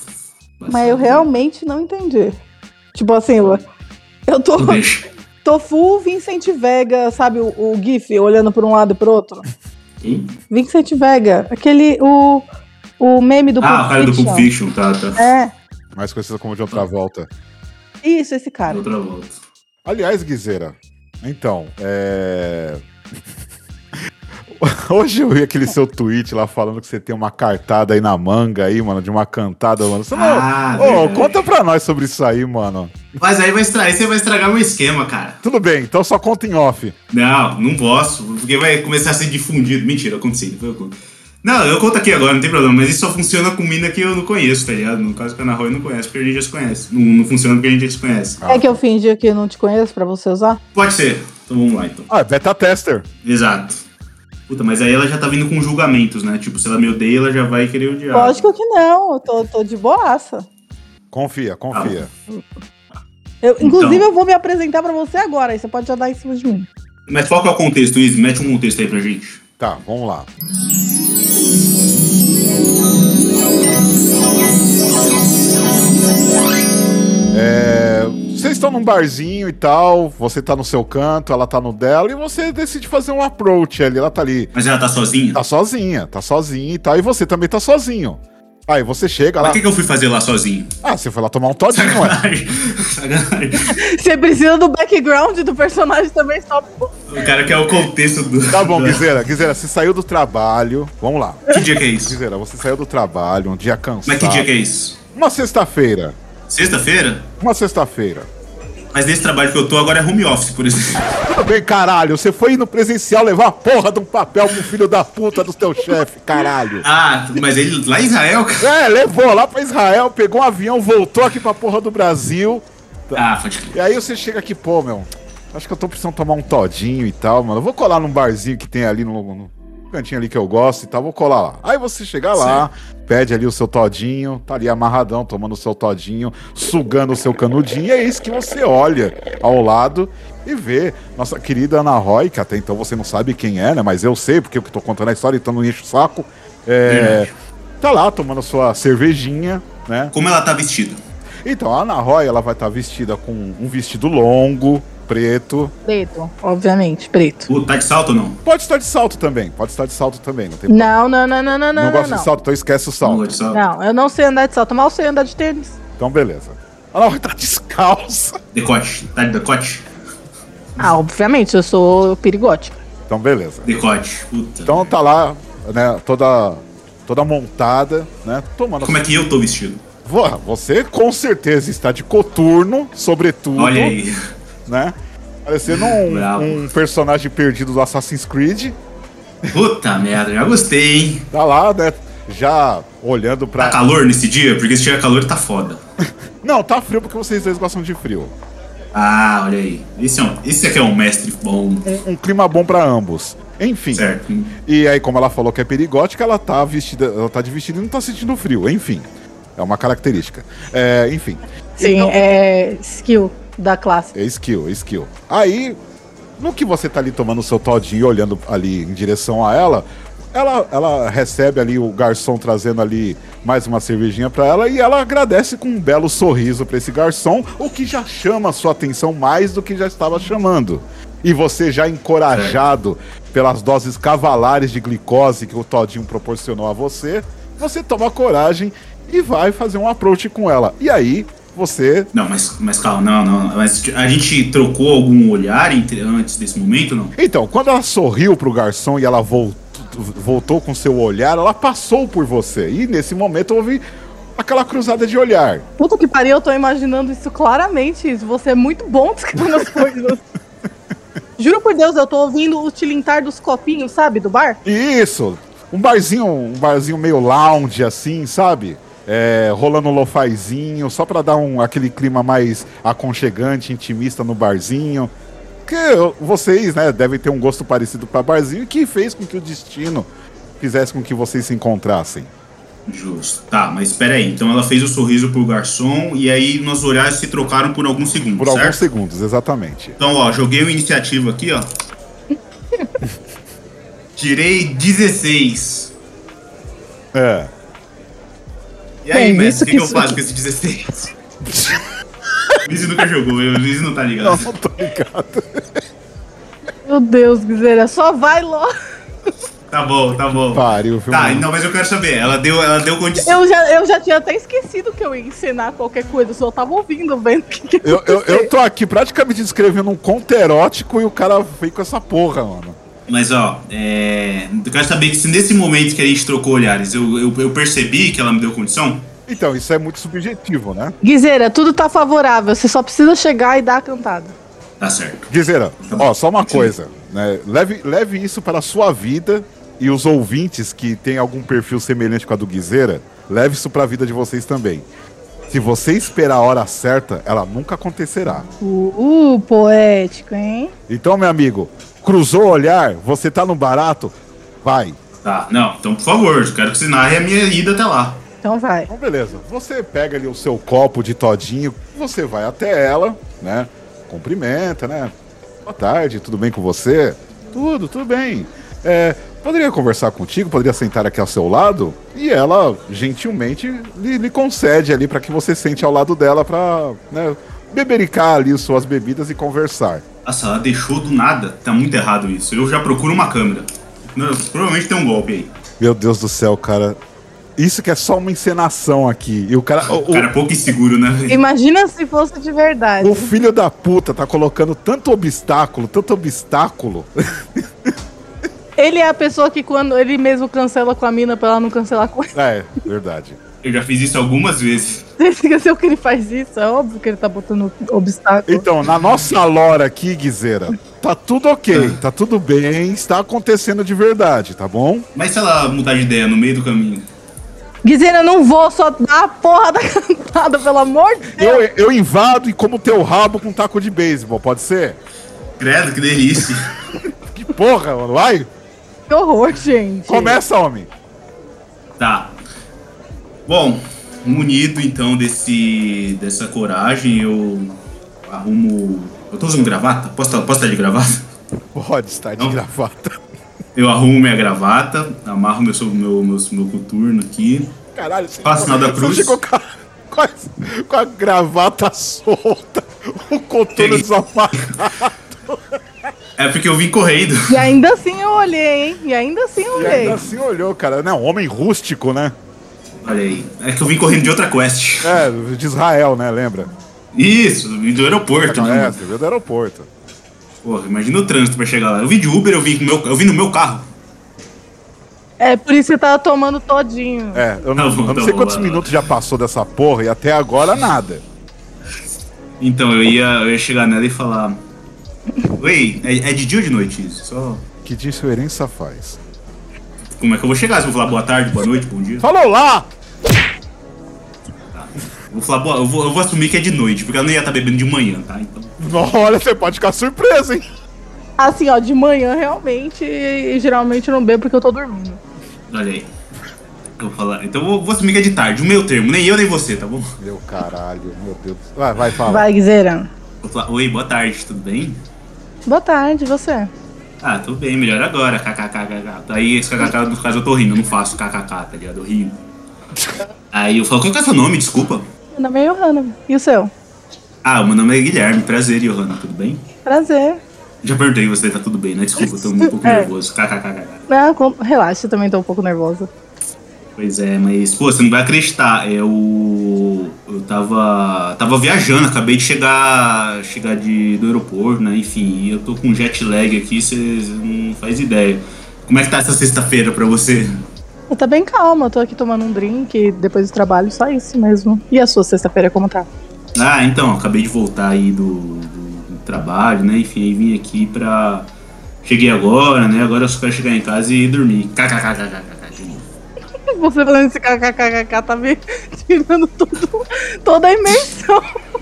Mas eu realmente não entendi. Tipo assim, eu, eu tô, Não deixa. tô full Vincent Vega, sabe o, o GIF olhando por um lado e pro outro? Quem? Vincent Vega, aquele, o, o meme do Ah, o cara do Pulp Fiction, tá, tá. É, Mais conhecido como de outra volta. isso, esse cara. Outra volta. Aliás, Guizeira, então, é. Hoje eu vi aquele seu tweet lá falando que você tem uma cartada aí na manga aí, mano, de uma cantada, mano. Você não... Ah, Ô, verdade. conta pra nós sobre isso aí, mano. Mas aí, vai estragar, aí você vai estragar meu esquema, cara. Tudo bem, então só conta em off. Não, não posso, porque vai começar a ser difundido. Mentira, eu conto sim, depois eu conto. Não, eu conto aqui agora, não tem problema, mas isso só funciona com mina que eu não conheço, tá ligado? No caso que a Ana Roy não conhece, porque a gente já se conhece. Não, não funciona porque a gente já se conhece. É que eu fingi que eu não te conheço pra você usar? Pode ser. Então vamos lá, então. Ah, é beta tester. Exato. Puta, mas aí ela já tá vindo com julgamentos, né? Tipo, se ela me odeia, ela já vai querer odiar. Lógico que não, eu tô, tô de boaça. Confia, confia. Eu, inclusive, Então. eu vou me apresentar pra você agora, aí você pode já dar em cima de mim. Mas qual que é o contexto, Izzy? Mete um contexto aí pra gente. Tá, vamos lá. É, vocês estão num barzinho e tal, você tá no seu canto, ela tá no dela, e você decide fazer um approach ali, ela tá ali. Mas ela tá sozinha? Tá sozinha, tá sozinha e tal, e você também tá sozinho. Aí você chega Mas lá. o que, que eu fui fazer lá sozinho? Ah, você foi lá tomar um todinho, ué. Sacanagem. Sacanagem. Você precisa do background do personagem também, só. O cara quer o contexto do. Tá bom, do- Guizeira, Guizeira, você saiu do trabalho. Vamos lá. Que dia que é isso? Guizeira, você saiu do trabalho, um dia cansado. Mas que dia que é isso? Uma sexta-feira. Sexta-feira? Uma sexta-feira. Mas nesse trabalho que eu tô agora é home office, por exemplo. Tudo bem, caralho. Você foi no presencial levar a porra de um papel pro filho da puta do teu chefe, caralho. Ah, mas ele lá em Israel, cara. É, levou lá pra Israel, pegou um avião, voltou aqui pra porra do Brasil. Ah, pode crer. E aí você chega aqui, pô, meu, acho que eu tô precisando tomar um todinho e tal, mano. Eu vou colar num barzinho que tem ali no, no cantinho ali que eu gosto e tal, vou colar lá. Aí você chega lá, pede ali o seu todinho, tá ali amarradão, tomando o seu todinho, sugando o seu canudinho, e é isso que você olha ao lado e vê nossa querida Ana Roy, que até então você não sabe quem é, né? Mas eu sei, porque eu que tô contando a história, então não enche o saco. É, tá lá tomando sua cervejinha, né? Como ela tá vestida? Então, a Ana Roy, ela vai estar vestida com um vestido longo, preto. Preto, obviamente, preto. Pô, tá de salto ou não? Pode estar de salto também, pode estar de salto também, não tem Não, não, não, não, não, Não, não, gosto não. de salto, então esquece o Não salto. gosto de salto. Não, eu não sei andar de salto, mas eu sei andar de tênis. Então, beleza. Ela vai estar descalça. Decote. Tá de decote? Ah, obviamente, eu sou perigótica. Então, beleza. Decote. Puta. Então tá lá, né, toda, toda montada, né, tomando... Como é que eu tô vestido? Vo- Você com certeza está de coturno, sobretudo, Olha aí. né? Parecendo um, Bravo. um personagem perdido do Assassin's Creed. Puta merda, já gostei, hein? Tá lá, né, já olhando pra... Tá calor nesse dia? Porque se tiver calor tá foda. Não, tá frio porque vocês dois gostam de frio. Ah, olha aí. Esse, é um, esse aqui é um mestre bom. Um, um clima bom pra ambos. Enfim. Certo. E aí, como ela falou que é perigótica, ela tá vestida, ela tá de vestido e não tá sentindo frio. Enfim. É uma característica. É, enfim. Sim, então, é skill da classe. É skill, é skill. Aí, no que você tá ali tomando o seu todinho e olhando ali em direção a ela, ela, ela recebe ali o garçom trazendo ali mais uma cervejinha pra ela e ela agradece com um belo sorriso pra esse garçom, o que já chama a sua atenção mais do que já estava chamando. E você já encorajado pelas doses cavalares de glicose que o todinho proporcionou a você, você toma coragem e vai fazer um approach com ela. E aí, você... Não, mas, mas calma, não, não. Mas a gente trocou algum olhar entre, antes desse momento, não? Então, quando ela sorriu pro garçom e ela voltou, voltou com seu olhar, ela passou por você. E nesse momento houve aquela cruzada de olhar. Puta que pariu, eu tô imaginando isso claramente. Você é muito bom descrevendo as coisas. Juro por Deus, eu tô ouvindo o tilintar dos copinhos, sabe, do bar? Isso! Um barzinho, um barzinho meio lounge, assim, sabe? É, rolando um lo-fizinho, só pra dar um, aquele clima mais aconchegante, intimista no barzinho. Porque vocês, né, devem ter um gosto parecido pra barzinho, que fez com que o destino fizesse com que vocês se encontrassem. Justo. Tá, mas espera aí. Então ela fez o sorriso pro garçom e aí nossos olhares se trocaram por alguns segundos, Por certo? alguns segundos, exatamente. Então, ó, joguei o iniciativa aqui, ó. Tirei dezesseis. É. E aí, Bem, mestre, isso o que, que que eu isso- faço com esse dezesseis? O Luiz nunca jogou, o Luiz não tá ligado. Não, não tô ligado. Meu Deus, Guizeira, só vai logo. Tá bom, tá bom. Pariu, viu? Tá, mano? não, mas eu quero saber. Ela deu, ela deu condição. Eu já, eu já tinha até esquecido que eu ia ensinar qualquer coisa, eu só tava ouvindo, vendo o que, que ia Eu, eu, acontecer. eu tô aqui praticamente descrevendo um conto erótico e o cara veio com essa porra, mano. Mas ó, é... eu quero saber que se nesse momento que a gente trocou olhares, eu, eu, eu percebi que ela me deu condição. Então, isso é muito subjetivo, né? Guizeira, tudo tá favorável, você só precisa chegar e dar a cantada. Tá certo. Guizeira, Tá bom. ó, só uma coisa, né? Leve, leve isso para a sua vida e os ouvintes que têm algum perfil semelhante com a do Guizeira, leve isso para a vida de vocês também. Se você esperar a hora certa, ela nunca acontecerá. Uh, uh, poético, hein? Então, meu amigo, cruzou o olhar, você tá no barato, vai. Tá, não, então por favor, eu quero que você narre a minha ida até lá. Então vai. Então, beleza. Você pega ali o seu copo de todinho, você vai até ela, né? Cumprimenta, né? Boa tarde, tudo bem com você? Tudo, tudo bem. É, poderia conversar contigo? Poderia sentar aqui ao seu lado? E ela, gentilmente, lhe, lhe concede ali para que você sente ao lado dela para, né, bebericar ali suas bebidas e conversar. Nossa, ela deixou do nada. Tá muito errado isso. Eu já procuro uma câmera. Não, provavelmente tem um golpe aí. Meu Deus do céu, cara. Isso que é só uma encenação aqui. E o cara. O O, cara é pouco inseguro, né? Imagina se fosse de verdade. o filho da puta tá colocando tanto obstáculo, tanto obstáculo. Ele é a pessoa que quando ele mesmo cancela com a mina pra ela não cancelar com ele. É, verdade. Eu já fiz isso algumas vezes. Você esqueceu que ele faz isso? É óbvio que ele tá botando obstáculo. Então, na nossa lore aqui, Guizeira, tá tudo ok, tá tudo bem, está acontecendo de verdade, tá bom? Mas se ela mudar de ideia no meio do caminho? Guizeira, eu não vou só dar a porra da cantada, pelo amor de Deus. Eu, eu invado e como teu rabo com um taco de beisebol, pode ser? Credo, que delícia. Que porra, mano, vai? Que horror, gente. Começa, homem. Tá. Bom, munido então desse, dessa coragem, eu arrumo... Eu tô usando gravata? Posso estar posso estar de gravata? Pode estar de Não. gravata. Eu arrumo minha gravata, amarro meu, meu, meu, meu coturno aqui. Caralho, você, Faz sinal da você cruz. chegou com a, com, a, com a gravata solta, o coturno Peguei. desamarrado. É porque eu vim correndo. E ainda assim eu olhei, hein? E ainda assim eu E olhei. ainda assim olhou, cara. Não, homem rústico, né? Olha aí. É que eu vim correndo de outra quest. É, de Israel, né? Lembra? Isso, eu vim do aeroporto, Não, né? é, mano? você veio do aeroporto. Porra, imagina o trânsito pra chegar lá. Eu vim de Uber, eu vim, com meu, eu vim no meu carro. É por isso que você tava tomando todinho. É, eu não, Tá bom, eu não tá sei bom, quantos vai lá. minutos já passou dessa porra e até agora nada. Então, eu ia, eu ia chegar nela e falar... Oi, é, é de dia ou de noite isso? Só... Que diferença faz? Como é que eu vou chegar? Se eu vou falar boa tarde, boa noite, bom dia? Falou lá! vou falar, boa, eu vou, eu vou assumir que é de noite, porque ela não ia estar bebendo de manhã, tá? Então. Não, olha, você pode ficar surpreso, hein? Assim, ó, de manhã realmente, e geralmente eu não bebo porque eu tô dormindo. Olha aí. Eu vou falar. Então eu vou, vou assumir que é de tarde, o meu termo, nem eu nem você, tá bom? Meu caralho, meu Deus. Vai, vai, fala. Vai, Guizeira. Vou falar, oi, boa tarde, tudo bem? Boa tarde, você? Ah, tudo bem, melhor agora, kkkk. Aí esse kkk, no caso eu tô rindo, eu não faço kkk, tá ligado? Eu rio. Aí eu falo, qual que é seu nome, desculpa? Meu nome é Johanna. E o seu? Ah, meu nome é Guilherme, prazer, Johanna, tudo bem? Prazer. Já perguntei você, tá tudo bem, né? Desculpa, eu tô um pouco É. nervoso, kkkk. Não, com- relaxa, eu também tô um pouco nervosa. Pois é, mas, pô, você não vai acreditar, eu... Eu tava... Tava viajando, acabei de chegar... Chegar de, do aeroporto, né, enfim, e eu tô com jet lag aqui, você não faz ideia. Como é que tá essa sexta-feira pra você? Eu tô bem calma, eu tô aqui tomando um drink depois do trabalho, só isso mesmo. E a sua sexta-feira, como tá? Ah, então, acabei de voltar aí do, do, do trabalho, né, enfim, aí vim aqui pra... Cheguei agora, né, agora eu só quero chegar em casa e dormir. Kkkkk. Você falando esse kkkk tá me tirando tudo, toda a imersão.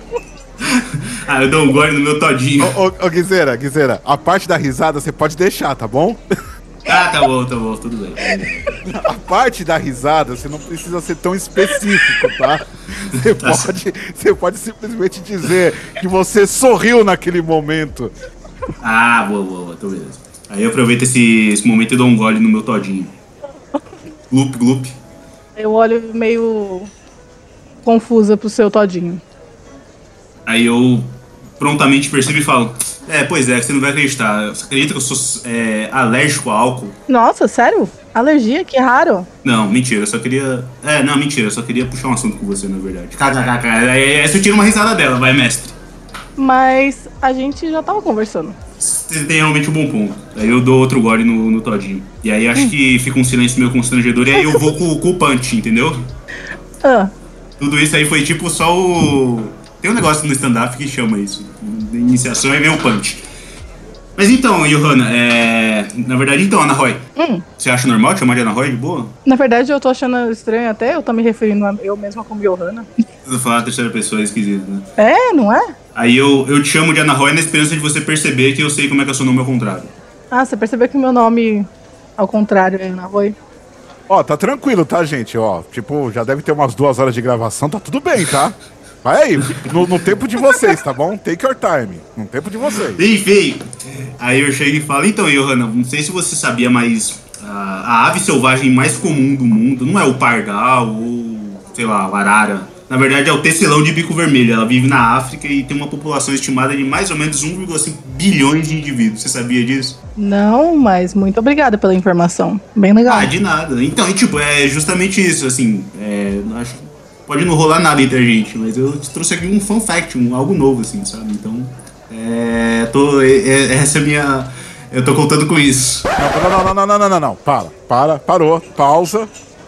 Ah, eu dou um gole no meu todinho. Ô, ô, ô, Guizeira, Guizeira, a parte da risada você pode deixar, tá bom? Ah, tá bom, tá bom, tudo bem. A parte da risada você não precisa ser tão específico, tá? Você pode, você pode simplesmente dizer que você sorriu naquele momento. Ah, boa, boa, boa, então beleza. Aí eu aproveito esse, esse momento e dou um gole no meu todinho. Glup, glup. Eu olho meio confusa pro seu todinho. Aí eu prontamente percebo e falo: É, pois é, você não vai acreditar. Você acredita que eu sou é, alérgico a álcool? Nossa, sério? Alergia? Que raro. Não, mentira, eu só queria. É, não, mentira, eu só queria puxar um assunto com você, na verdade. Kkkk. Aí essa eu tiro uma risada dela, vai, mestre. Mas a gente já tava conversando. Você tem realmente um bom ponto. Aí eu dou outro gole no, no todinho. E aí acho que fica um silêncio meio constrangedor. E aí eu vou com, com o punch, entendeu? Ah, Tudo isso aí foi tipo só o. Tem um negócio no stand-up que chama isso. De iniciação e vem o punch. Mas então, Johanna, é. Na verdade, então, Ana Roy. hum. Você acha normal te chamar de Ana Roy de boa? Na verdade, eu tô achando estranho até eu tô me referindo a eu mesma como Johanna. Você falar a terceira pessoa é esquisito, né? É, não é? Aí eu, eu te chamo de Ana Roy na esperança de você perceber que eu sei como é que é o seu nome ao contrário. Ah, você percebeu que meu nome, ao contrário, é Ana Roy? Ó, tá tranquilo, tá, gente? Ó, tipo, já deve ter umas duas horas de gravação, tá tudo bem, tá? Vai aí, no, no tempo de vocês, tá bom? Take your time, no tempo de vocês. Enfim, aí eu chego e falo: Então, Johanna, não sei se você sabia, mas a, a ave selvagem mais comum do mundo não é o pardal ou, sei lá, o arara. Na verdade é o tecelão de bico vermelho. Ela vive na África e tem uma população estimada de mais ou menos um vírgula cinco bilhões de indivíduos. Você sabia disso? Não, mas muito obrigada pela informação. Bem legal. Ah, de nada. Então, e, tipo, é justamente isso, assim, é, acho que pode não rolar nada entre a gente, mas eu te trouxe aqui um fun fact, um, algo novo, assim, sabe? Então, é, tô, é, é, essa é a minha... Eu tô contando com isso. Não, não, não, não, não, não, não, não. Para, para, parou, pausa.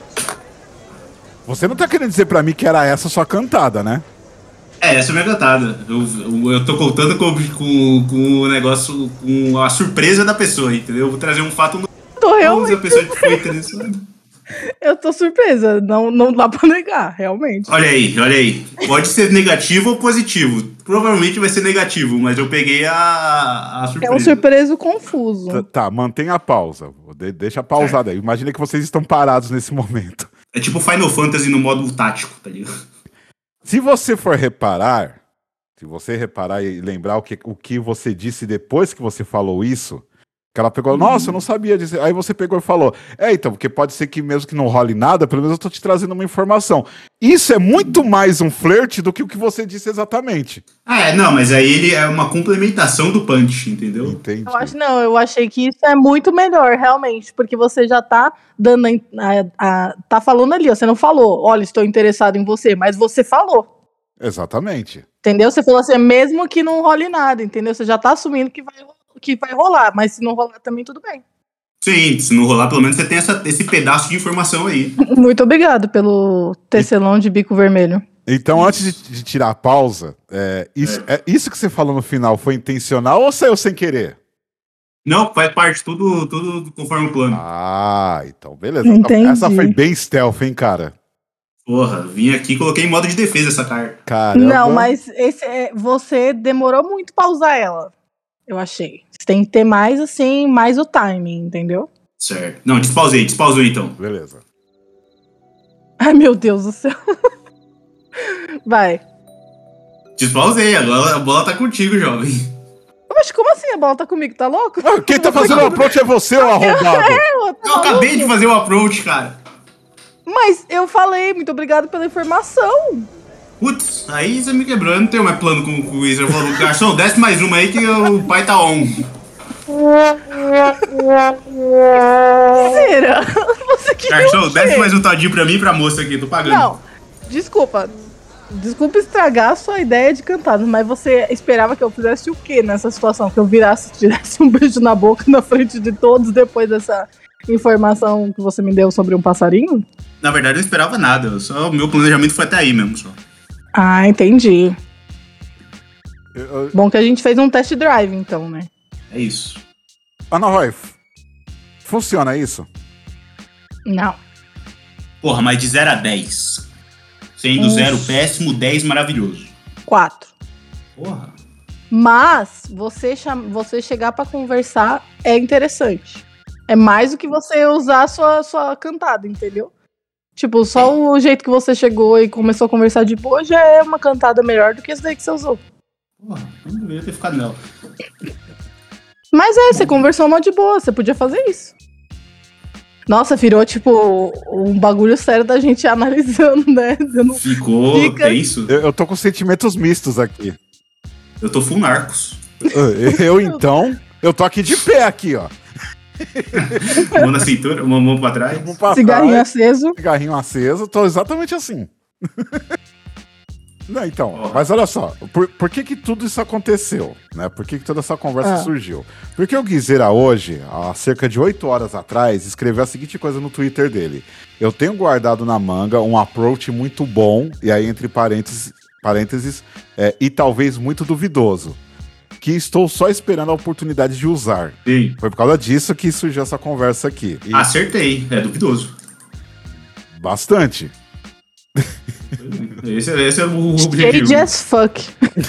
Você não tá querendo dizer pra mim que era essa sua cantada, né? É, essa é a minha cantada. Eu, eu, eu tô contando com, com, com o negócio, com a surpresa da pessoa, entendeu? Eu vou trazer um fato novo. Tô Se a realmente, pessoa foi interessada. eu tô surpresa. Não, não dá pra negar, realmente. Olha aí, olha aí. Pode ser negativo ou positivo. Provavelmente vai ser negativo, mas eu peguei a, a É surpresa. um surpreso confuso. Tá, tá, mantenha a pausa. De- deixa pausada aí. Imagina que vocês estão parados nesse momento. É tipo Final Fantasy no modo tático, tá ligado? Se você for reparar, se você reparar e lembrar o que, o que você disse depois que você falou isso, que ela pegou, nossa, eu não sabia disso. Aí você pegou e falou, é, então, porque pode ser que mesmo que não role nada, pelo menos eu tô te trazendo uma informação. Isso é muito mais um flerte do que o que você disse exatamente. Ah, é, não, mas aí ele é uma complementação do punch, entendeu? Entendi. Eu acho, não, eu achei que isso é muito melhor, realmente, porque você já tá dando a, a- a- tá falando ali, ó, você não falou, olha, estou interessado em você, mas você falou, Exatamente. entendeu? Você falou assim, mesmo que não role nada, entendeu? Você já tá assumindo que vai, que vai rolar, mas se não rolar também, tudo bem. Sim, se não rolar, pelo menos você tem essa, esse pedaço de informação aí. Muito obrigado pelo tecelão de bico vermelho. Então, antes de, de tirar a pausa, é, isso, é. isso que você falou no final foi intencional ou saiu sem querer? Não, faz parte, tudo, tudo conforme o plano. Ah, então beleza. Entendi. Essa foi bem stealth, hein, cara? Porra, vim aqui e coloquei em modo de defesa essa carta. Caramba. Não, mas esse, é, você demorou muito pra usar ela. Eu achei. Você tem que ter mais, assim, mais o timing, entendeu? Certo. Não, despausei, despausou então. Beleza. Ai, meu Deus do céu. Vai. Despausei, agora a bola tá contigo, jovem. Mas como assim a bola tá comigo? Tá louco? Ah, quem tá fazendo o approach é você, ô arrombado. Eu, tá Eu acabei maluco? de fazer o approach, cara. Mas eu falei, muito obrigado pela informação. Putz, aí você me quebrou, eu não tenho mais plano com, com isso. Eu falo, garçom, desce mais uma aí que o pai tá on. Será? Você queria Garçom, o quê? desce mais um todinho pra mim e pra moça aqui, tô pagando. Não, desculpa. Desculpa estragar a sua ideia de cantada, mas você esperava que eu fizesse o quê nessa situação? Que eu virasse e tirasse um beijo na boca na frente de todos depois dessa informação que você me deu sobre um passarinho? Na verdade, eu não esperava nada. Só o meu planejamento foi até aí mesmo, só. Ah, entendi. Eu- eu- Bom que a gente fez um test drive, então, né? É isso. Ana Roy, f- funciona isso? Não. Porra, mas de zero a dez. Sendo Uf. zero péssimo, dez maravilhoso. Quatro. Porra. Mas você, cham... você chegar pra conversar é interessante. É mais do que você usar a sua, sua cantada, entendeu? Tipo, só o jeito que você chegou e começou a conversar de boa já é uma cantada melhor do que essa daí que você usou. Porra, não deveria ter ficado nela. Mas é, você conversou mal de boa, você podia fazer isso. Nossa, virou tipo um bagulho sério da gente analisando, né? Você não... Ficou Fica- tenso. Eu, eu tô com sentimentos mistos aqui. Eu tô full narcos. Eu, então, eu tô aqui de pé aqui, ó. Mão na cintura, uma mão pra trás. Vamos pra Cigarrinho trás, aceso. cigarrinho aceso, tô exatamente assim. Não, então, Ó. mas olha só, por, por que que tudo isso aconteceu, né? Por que que toda essa conversa Ah. surgiu? Porque o Guizeira hoje, há cerca de oito horas atrás, escreveu a seguinte coisa no Twitter dele. Eu tenho guardado na manga um approach muito bom, e aí entre parênteses, parênteses é, e talvez muito duvidoso, que estou só esperando a oportunidade de usar. Sim. Foi por causa disso que surgiu essa conversa aqui. E Acertei, é duvidoso. bastante. Esse, é- esse é o Shade objetivo. as fuck.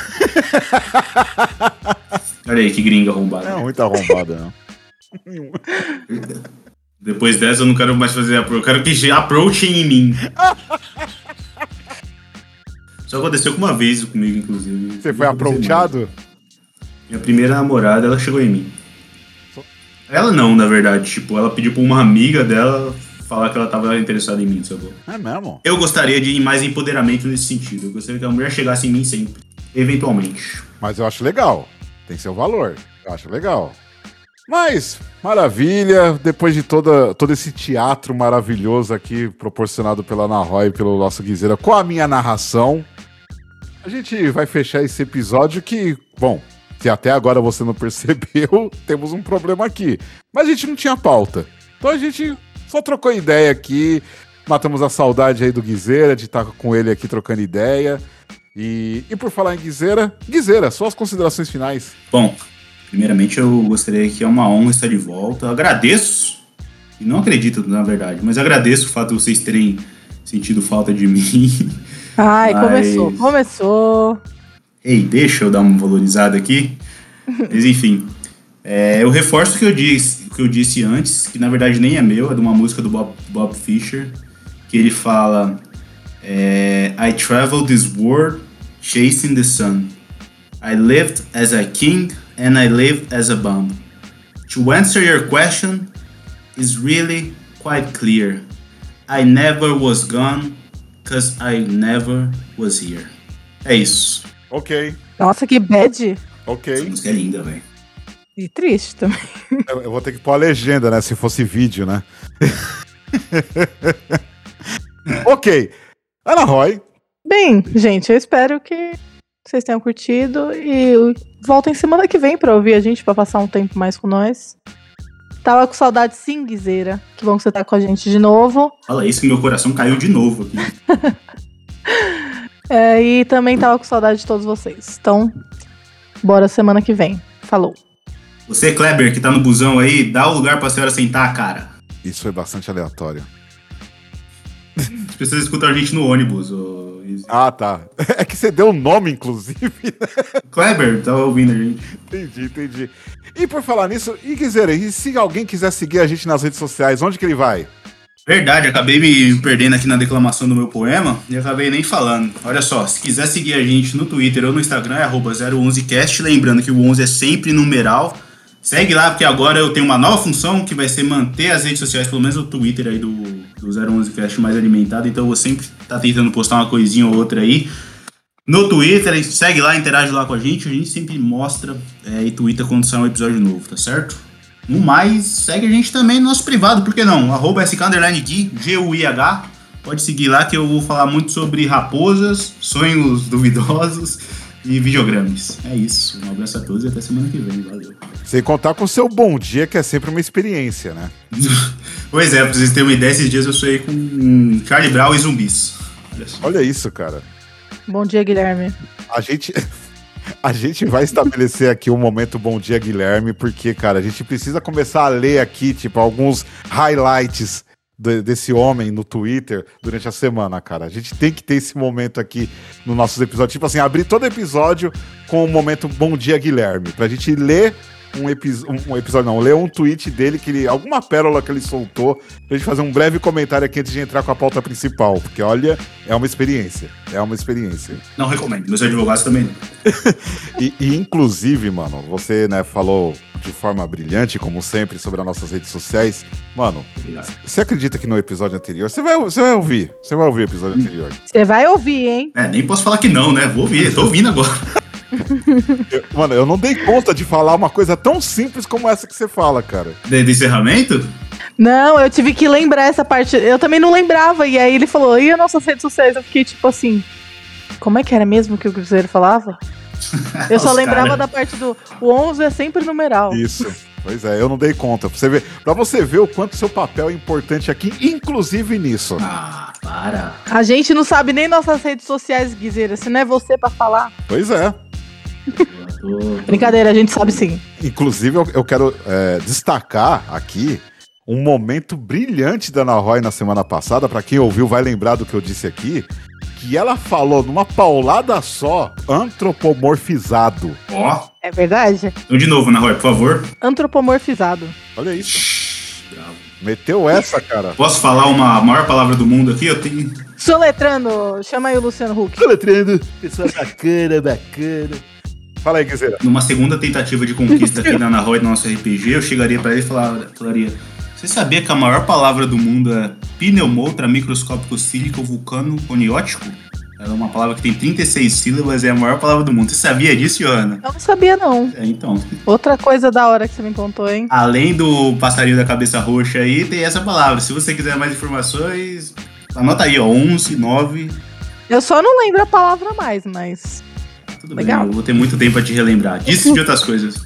Olha aí, que gringa arrombada. É muito arrombada, né? Depois dessa eu não quero mais fazer approach. Eu quero que approachem em mim. Isso aconteceu com uma vez comigo, inclusive. Você foi Não aconteceu approachado? mais. Minha primeira namorada, ela chegou em mim. Ela não, na verdade. Tipo, ela pediu pra uma amiga dela falar que ela tava interessada em mim, sacou? É mesmo? Eu gostaria de mais empoderamento nesse sentido. Eu gostaria que a mulher chegasse em mim sempre. Eventualmente. Mas eu acho legal. Tem seu valor. Eu acho legal. Mas, maravilha. Depois de toda, todo esse teatro maravilhoso aqui, proporcionado pela Ana Roy e pelo nosso Guizeira, com a minha narração, a gente vai fechar esse episódio que, bom, se até agora você não percebeu, temos um problema aqui. Mas a gente não tinha pauta. Então a gente só trocou ideia aqui, matamos a saudade aí do Guizeira, de estar com ele aqui trocando ideia. E, e por falar em Guizeira, Guizeira, suas considerações finais. Bom, primeiramente eu gostaria que é uma honra estar de volta. Eu agradeço, e não acredito na verdade, mas agradeço o fato de vocês terem sentido falta de mim. Ai, Mas- começou, começou. Ei, deixa eu dar uma valorizada aqui. Mas enfim, é, eu reforço o que eu disse, o que eu disse antes, que na verdade nem é meu, é de uma música do Bob, Bob Fischer, que ele fala é, I traveled this world chasing the sun. I lived as a king and I lived as a bum. To answer your question is really quite clear. I never was gone, cause I never was here. É isso. Ok, Nossa, que bad. Essa ok. música é linda, velho. E triste também. Eu, eu vou ter que pôr a legenda, né? Se fosse vídeo, né? Ok. Ana Roy, Bem, gente, eu espero que vocês tenham curtido e voltem semana que vem pra ouvir a gente, pra passar um tempo mais com nós. Tava com saudade sim, Guizeira. Que bom que você tá com a gente de novo. Fala isso que meu coração caiu de novo aqui. É, e também tava com saudade de todos vocês. Então, bora semana que vem. Falou. Você, Kleber, que tá no busão aí, dá o lugar pra senhora sentar, cara. isso foi bastante aleatório. As pessoas escutam a gente no ônibus. Ô, ah, tá. É que você deu o nome, inclusive, né? Kleber, tava ouvindo a gente. Entendi, entendi. E por falar nisso, e quiser, e se alguém quiser seguir a gente nas redes sociais, onde que ele vai? Verdade, acabei me perdendo aqui na declamação do meu poema e acabei nem falando. Olha só, se quiser seguir a gente no Twitter ou no Instagram, é arroba zero onze cast, lembrando que o onze é sempre numeral. Segue lá, porque agora eu tenho uma nova função que vai ser manter as redes sociais, pelo menos o Twitter aí do, do zero onze cast mais alimentado, então eu vou sempre estar tá tentando postar uma coisinha ou outra aí. No Twitter, segue lá, interage lá com a gente, a gente sempre mostra é, e twitta quando sair um episódio novo, tá certo? No mais, segue a gente também no nosso privado, por que não? Arroba S K underline Gui, G U I H. Pode seguir lá que eu vou falar muito sobre raposas, sonhos duvidosos e videogramas. É isso. Um abraço a todos e até semana que vem. Valeu. Sem contar com o seu bom dia, que é sempre uma experiência, né? Pois é, pra vocês terem uma ideia, esses dias eu sonhei com um Charlie Brown e zumbis. Olha, Olha isso, cara. Bom dia, Guilherme. A gente... A gente vai estabelecer aqui um momento Bom Dia Guilherme, porque, cara, a gente precisa começar a ler aqui, tipo, alguns highlights de, desse homem no Twitter durante a semana, cara. A gente tem que ter esse momento aqui no nossos episódios. Tipo assim, abrir todo episódio com o momento Bom Dia Guilherme, pra gente ler um, epi- um, um episódio, não, ler um tweet dele, que ele, alguma pérola que ele soltou, pra gente fazer um breve comentário aqui antes de entrar com a pauta principal, porque, olha, é uma experiência, é uma experiência. Não recomendo, meus advogados também não. e, e, inclusive, mano, você, né, falou de forma brilhante, como sempre, sobre as nossas redes sociais. Mano, você acredita que no episódio anterior, você vai, você vai ouvir, você vai ouvir o episódio anterior. Você vai ouvir, hein? É, nem posso falar que não, né? Vou ouvir, tô ouvindo agora. Eu, mano, eu não dei conta de falar uma coisa tão simples como essa que você fala, cara. De, de encerramento? Não, eu tive que lembrar essa parte. Eu também não lembrava. E aí ele falou, e as nossas redes sociais? Eu fiquei tipo assim, como é que era mesmo que o Cruzeiro falava? Eu só Os lembrava cara. da parte do o onze é sempre numeral. Isso. Pois é, eu não dei conta. Pra você ver, pra você ver o quanto seu papel é importante aqui, inclusive nisso. Ah, para. A gente não sabe nem nossas redes sociais, Guizeira. Se não é você pra falar. Pois é. Tô, tô... Brincadeira, a gente sabe sim. Inclusive, eu, eu quero é, destacar aqui um momento brilhante da Ana Roy na semana passada. Pra quem ouviu vai lembrar do que eu disse aqui. Que ela falou numa paulada só, antropomorfizado. Ó. É verdade? Então, de novo, Ana Roy, por favor. Antropomorfizado. Olha isso. Bravo. Meteu essa, cara. Posso falar uma maior palavra do mundo aqui? Eu tenho... Soletrando, chama aí o Luciano Huck. Soletrando. Pessoa bacana, bacana. Fala aí, Guizeira. Numa segunda tentativa de conquista aqui da Ana Roy do nosso R P G, eu chegaria pra ele e falar, falaria... Você sabia que a maior palavra do mundo é pneumotra microscópico sílico vulcano oniótico? Ela é uma palavra que tem trinta e seis sílabas e é a maior palavra do mundo. Você sabia disso, Johanna? Eu não sabia, não. É, então. Outra coisa da hora que você me contou, hein? Além do passarinho da cabeça roxa aí, tem essa palavra. Se você quiser mais informações, anota aí, ó, onze, nove... Eu só não lembro a palavra mais, mas... Tudo Legal. bem, eu vou ter muito tempo pra te relembrar. Disso e de outras coisas.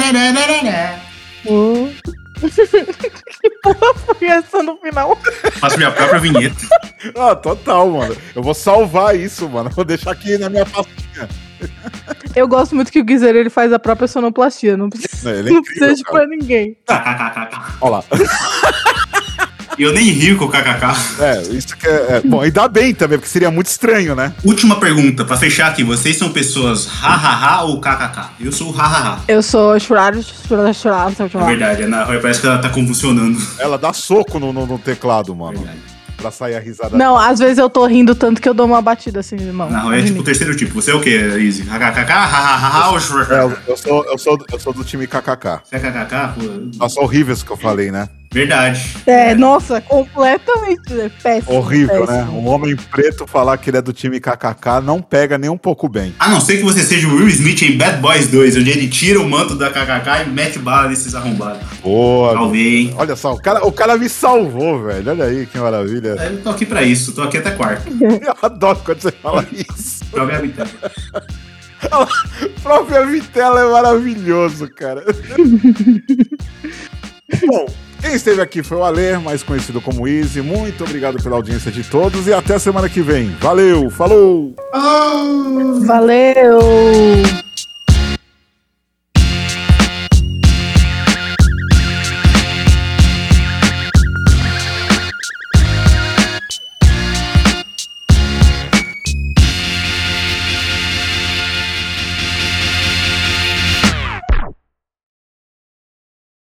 Oh. Que porra foi essa no final? Faço minha própria vinheta. Ah, total, mano. Eu vou salvar isso, mano. Vou deixar aqui na minha pastinha. Eu gosto muito que o Guizeiro ele faz a própria sonoplastia. Não precisa, Ele é não incrível, precisa de cara. pra ninguém. Olha lá. Eu nem rio com o kkk. É, isso que é, é. Bom, ainda bem também, porque seria muito estranho, né? Última pergunta, pra fechar aqui. Vocês são pessoas hahaha ou kkk? Eu sou o hahaha. Eu sou churrado, churrado, churrado, É churrado. verdade, a Ana Roy parece que ela tá convulsionando. Ela dá soco no, no, no teclado, mano. Verdade. Pra sair a risada. Não, às vezes eu tô rindo tanto que eu dou uma batida assim de mão. Ana Roy é tipo o terceiro tipo. Você é o quê, Izzy? Kkk, hahaha ou É, shurr? eu, eu sou, eu, sou, eu sou do time K K K. Você é kkk? Pô, Nossa, horrível isso que eu falei, né? verdade. É, nossa, completamente é péssimo. Horrível, péssimo. né? Um homem preto falar que ele é do time K K K não pega nem um pouco bem. A não ser que você seja o Will Smith em Bad Boys dois, onde ele tira o manto da kkk e mete bala nesses arrombados. Boa. Talvez. Olha só, o cara, o cara me salvou, velho. Olha aí que maravilha. Eu tô aqui pra isso, tô aqui até quarto. Eu adoro quando você fala isso. Pra me habitar. Própria Vitela é maravilhoso, cara. Bom, quem esteve aqui foi o Alê, mais conhecido como Easy. Muito obrigado pela audiência de todos e até semana que vem. Valeu, falou! Valeu!